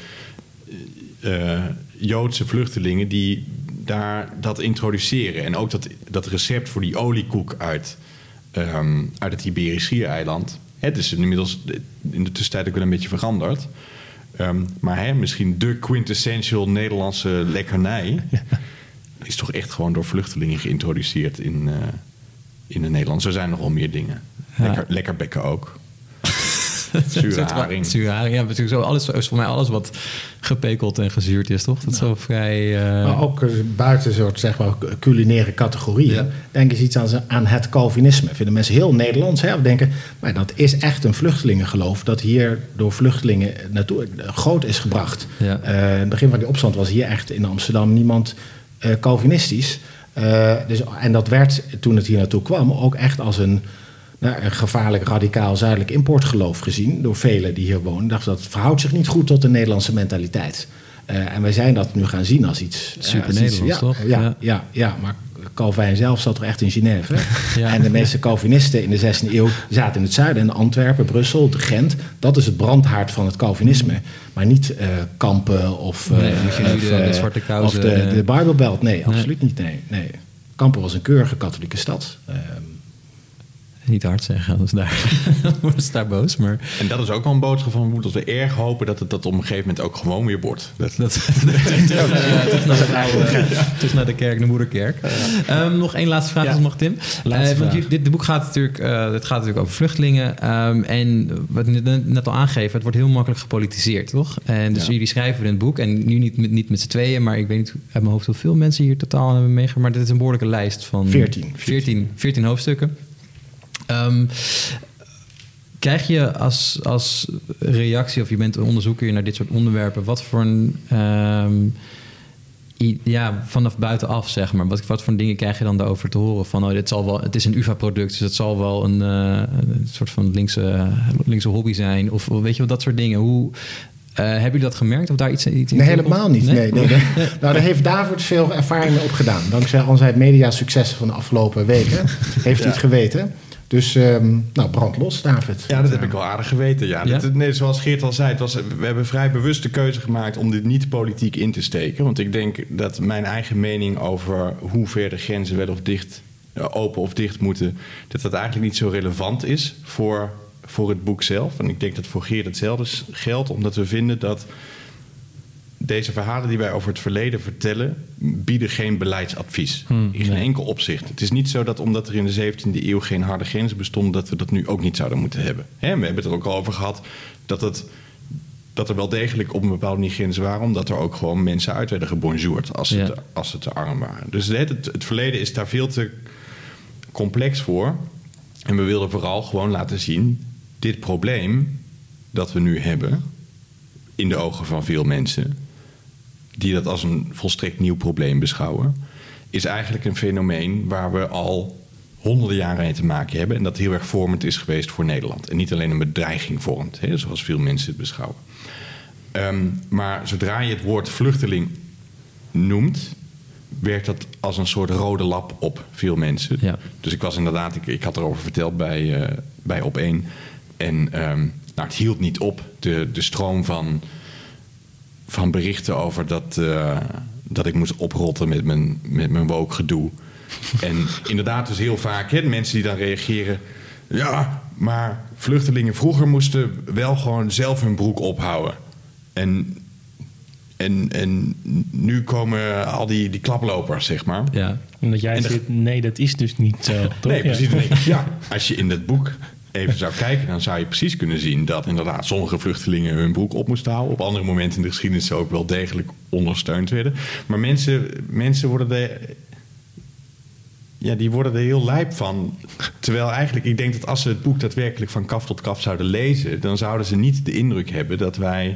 uh, Joodse vluchtelingen die daar dat introduceren. En ook dat, dat recept voor die oliekoek uit, um, uit het Iberisch Schiereiland. Het is inmiddels in de tussentijd ook wel een beetje veranderd. Um, maar hè, misschien de quintessential Nederlandse lekkernij is toch echt gewoon door vluchtelingen geïntroduceerd in, uh, in de Nederland. Zo zijn er nog wel meer dingen. Ja. Lekker, lekker bekken ook. Zure haring. Zure haring, ja, natuurlijk zo alles, is voor mij alles wat gepekeld en gezuurd is, toch? Dat is zo vrij... Uh... Maar ook uh, buiten soort zeg maar culinaire categorieën, Ja. denk eens iets aan, aan het Calvinisme. Vinden mensen heel Nederlands, hè? Of denken, maar dat is echt een vluchtelingengeloof dat hier door vluchtelingen naartoe groot is gebracht. Ja. Uh, in het begin van die opstand was hier echt in Amsterdam niemand uh, Calvinistisch. Uh, dus, en dat werd, toen het hier naartoe kwam, ook echt als een, nou, een gevaarlijk radicaal zuidelijk importgeloof gezien door velen die hier wonen. Dachten dat verhoudt zich niet goed tot de Nederlandse mentaliteit. Uh, en wij zijn dat nu gaan zien als iets Super uh, als iets, Nederlands, ja, toch? Ja, Ja. ja. Ja, maar Calvijn zelf zat toch echt in Genève. Ja. En de meeste Calvinisten in de zestiende eeuw zaten in het zuiden, in Antwerpen, Brussel, de Gent. Dat is het brandhaard van het Calvinisme. Maar niet uh, Kampen of, uh, Nee, moet je nu of, de- de uh, zwarte kousen, of de, uh, de Bijbelbelt. Nee, Nee. absoluut niet. Nee, nee. Kampen was een keurige katholieke stad. Uh, Niet hard zeggen, anders daar, dan worden ze daar boos. Maar En dat is ook wel een boodschap van Woed, dat we erg hopen dat het dat op een gegeven moment ook gewoon weer wordt. Dat, dat, terug, naar, terug, naar de oude, terug naar de kerk, de moederkerk. Um, nog één laatste vraag, Ja. als het mag, Tim. Laatste Uh, want vraag. je- dit, dit boek gaat natuurlijk, uh, dit gaat natuurlijk over vluchtelingen. Um, en wat ik net, net al aangeven, het wordt heel makkelijk gepolitiseerd, toch? En dus Ja. jullie schrijven in het boek, en nu niet met, niet met z'n tweeën, maar ik weet niet uit mijn hoofd hoeveel mensen hier totaal hebben meegemaakt. Maar dit is een behoorlijke lijst van veertien. veertien, veertien hoofdstukken. Um, krijg je als, als reactie, of je bent een onderzoeker naar dit soort onderwerpen, wat voor een, um, i- ja, vanaf buitenaf zeg maar, wat, wat voor dingen krijg je dan daarover te horen? Van, oh, dit zal wel, het is een U V A-product, dus het zal wel een, uh, een soort van linkse, linkse hobby zijn, of weet je wel, dat soort dingen. Hoe uh, hebben jullie dat gemerkt? Of daar iets, iets in Nee, terugkomt? helemaal niet. Nee? Nee, nee. Nou, daar heeft David veel ervaring mee opgedaan. Dankzij al zijn mediasuccessen van de afgelopen weken heeft hij het geweten. Dus, um, nou, brand los, David. Ja, dat heb ik wel aardig geweten. Ja. Ja? Dat, nee, zoals Geert al zei, het was, we hebben vrij bewust de keuze gemaakt om dit niet politiek in te steken. Want ik denk dat mijn eigen mening over hoe ver de grenzen wel of dicht, open of dicht moeten, dat dat eigenlijk niet zo relevant is voor, voor het boek zelf. En ik denk dat voor Geert hetzelfde geldt, omdat we vinden dat deze verhalen die wij over het verleden vertellen, bieden geen beleidsadvies. Hmm, in geen nee. enkel opzicht. Het is niet zo dat omdat er in de zeventiende eeuw geen harde grenzen bestonden, dat we dat nu ook niet zouden moeten hebben. Hè, we hebben het er ook al over gehad dat, het, dat er wel degelijk op een bepaalde manier grenzen waren, omdat er ook gewoon mensen uit werden gebonjourd als, Ja. ze te, als ze te arm waren. Dus het, het, het verleden is daar veel te complex voor. En we wilden vooral gewoon laten zien, dit probleem dat we nu hebben, in de ogen van veel mensen, die dat als een volstrekt nieuw probleem beschouwen, is eigenlijk een fenomeen waar we al honderden jaren mee te maken hebben en dat heel erg vormend is geweest voor Nederland. En niet alleen een bedreiging vormt, hè, zoals veel mensen het beschouwen. Um, maar zodra je het woord vluchteling noemt, werkt dat als een soort rode lap op veel mensen. Ja. Dus ik was inderdaad, ik, ik had erover verteld bij, uh, bij Op één. En um, nou, het hield niet op, de, de stroom van, van berichten over dat, uh, dat ik moest oprotten met mijn, met mijn woke gedoe. En inderdaad dus heel vaak, hè, mensen die dan reageren, ja, maar vluchtelingen vroeger moesten wel gewoon zelf hun broek ophouden. En, en, en nu komen al die, die klaplopers, zeg maar. Ja. En dat jij En de- zegt, nee, dat is dus niet zo. Toch? Nee, Ja. precies. Dan denk ik, ja, als je in dat boek even zou kijken, dan zou je precies kunnen zien dat inderdaad sommige vluchtelingen hun broek op moesten houden. Op andere momenten in de geschiedenis ze ook wel degelijk ondersteund werden. Maar mensen, mensen worden er, ja, die worden er heel lijp van. Terwijl eigenlijk, ik denk dat als ze het boek daadwerkelijk van kaf tot kaf zouden lezen, dan zouden ze niet de indruk hebben dat wij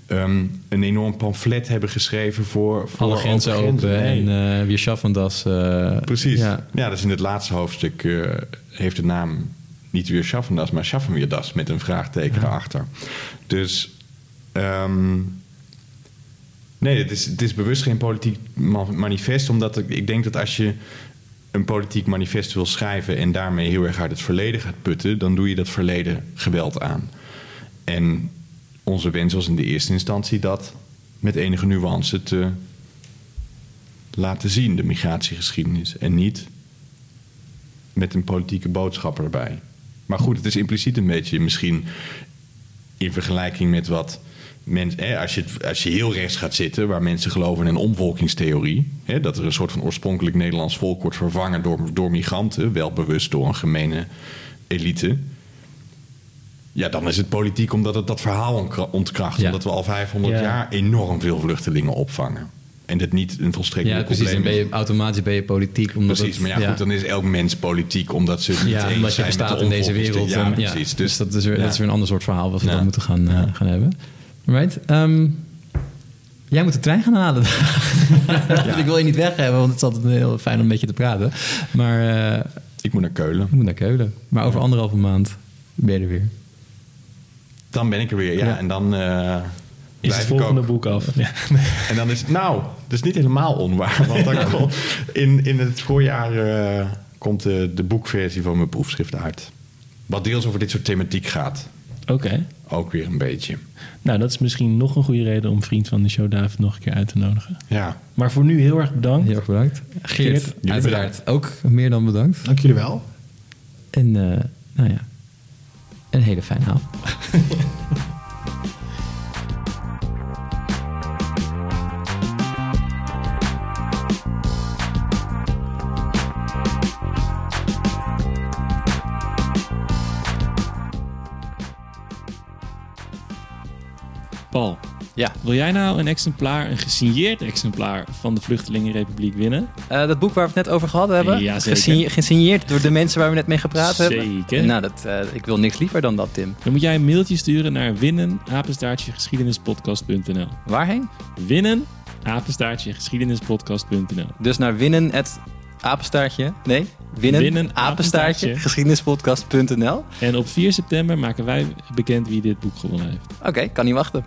um, een enorm pamflet hebben geschreven voor... voor Alle grenzen open, open nee. en uh, weer schaffen das. Uh, Precies. Ja. ja, dus in het laatste hoofdstuk uh, heeft de naam niet weer schaffen das, maar schaffen weer das met een vraagteken ja. erachter. Dus... Um, nee, het is, het is bewust geen politiek manifest, omdat ik, ik denk dat als je een politiek manifest wil schrijven en daarmee heel erg uit het verleden gaat putten, dan doe je dat verleden geweld aan. En onze wens was in de eerste instantie dat met enige nuance te laten zien, de migratiegeschiedenis, en niet met een politieke boodschap erbij. Maar goed, het is impliciet een beetje misschien in vergelijking met wat mensen, hè, als, je, als je heel rechts gaat zitten, waar mensen geloven in een omvolkingstheorie, hè, dat er een soort van oorspronkelijk Nederlands volk wordt vervangen door, door migranten, wel bewust door een gemene elite. Ja, dan is het politiek omdat het dat verhaal ontkracht. Ja. Omdat we al vijfhonderd ja. jaar enorm veel vluchtelingen opvangen. En dat niet een volstrekkelijk ja, precies, probleem is. En ben je, automatisch ben je politiek. Omdat precies, het, maar ja, ja. goed, dan is elk mens politiek, omdat ze niet ja, eens omdat je zijn bestaat met de in deze wereld. Ja, en, precies. Ja, dus, dus dat is, weer, ja. dat is weer een ander soort verhaal wat we ja. dan moeten gaan, ja. uh, gaan hebben. Right. Um, jij moet de trein gaan halen. ja. Ik wil je niet weg hebben, want het is altijd heel fijn om een beetje te praten. Maar uh, ik moet naar Keulen. Ik moet naar Keulen. Maar over ja. anderhalve maand ben je er weer. Dan ben ik er weer, ja. ja. En dan uh, is het volgende ook. boek af. Ja. En dan is het, nou, dat is niet helemaal onwaar. Want dan komt in, in het voorjaar uh, komt de, de boekversie van mijn proefschrift uit. Wat deels over dit soort thematiek gaat. Oké. Okay. Ook weer een beetje. Nou, dat is misschien nog een goede reden om vriend van de show David nog een keer uit te nodigen. Ja. Maar voor nu heel erg bedankt. Heel erg bedankt. Geert, Geert uiteraard bedankt. Ook meer dan bedankt. Dank jullie wel. En uh, nou ja, een hele fijne avond. Paul, ja. wil jij nou een exemplaar, een gesigneerd exemplaar van de Vluchtelingenrepubliek winnen? Uh, dat boek waar we het net over gehad hebben? Ja, zeker. Gesigneerd, gesigneerd door de mensen waar we net mee gepraat zeker. hebben? Zeker. Nou, dat, uh, ik wil niks liever dan dat, Tim. Dan moet jij een mailtje sturen naar winnen apenstaartje geschiedenispodcast punt n l. Waarheen? Winnen apenstaartje geschiedenispodcast punt n l. Dus naar winnen het apenstaartje, nee, winnen, winnen apenstaartje geschiedenispodcast punt n l. En op vier september maken wij bekend wie dit boek gewonnen heeft. Oké, okay, kan niet wachten.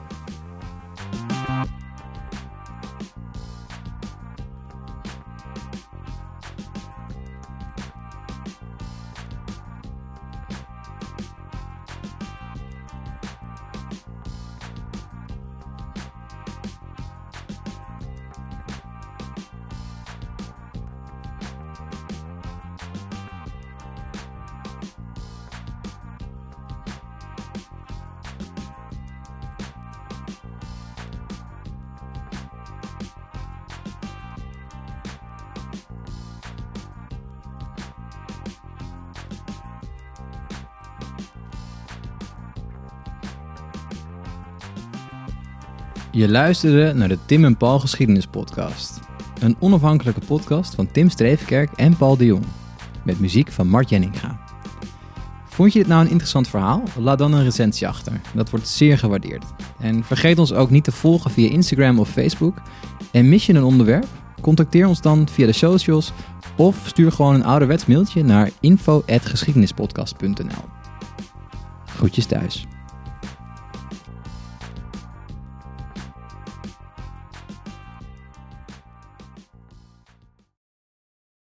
Je luisterde naar de Tim en Paul Geschiedenispodcast. Een onafhankelijke podcast van Tim Streefkerk en Paul de Jong. Met muziek van Mart Jenninga. Vond je dit nou een interessant verhaal? Laat dan een recensie achter. Dat wordt zeer gewaardeerd. En vergeet ons ook niet te volgen via Instagram of Facebook. En mis je een onderwerp? Contacteer ons dan via de socials of stuur gewoon een ouderwets mailtje naar info at geschiedenispodcast punt n l. Groetjes thuis.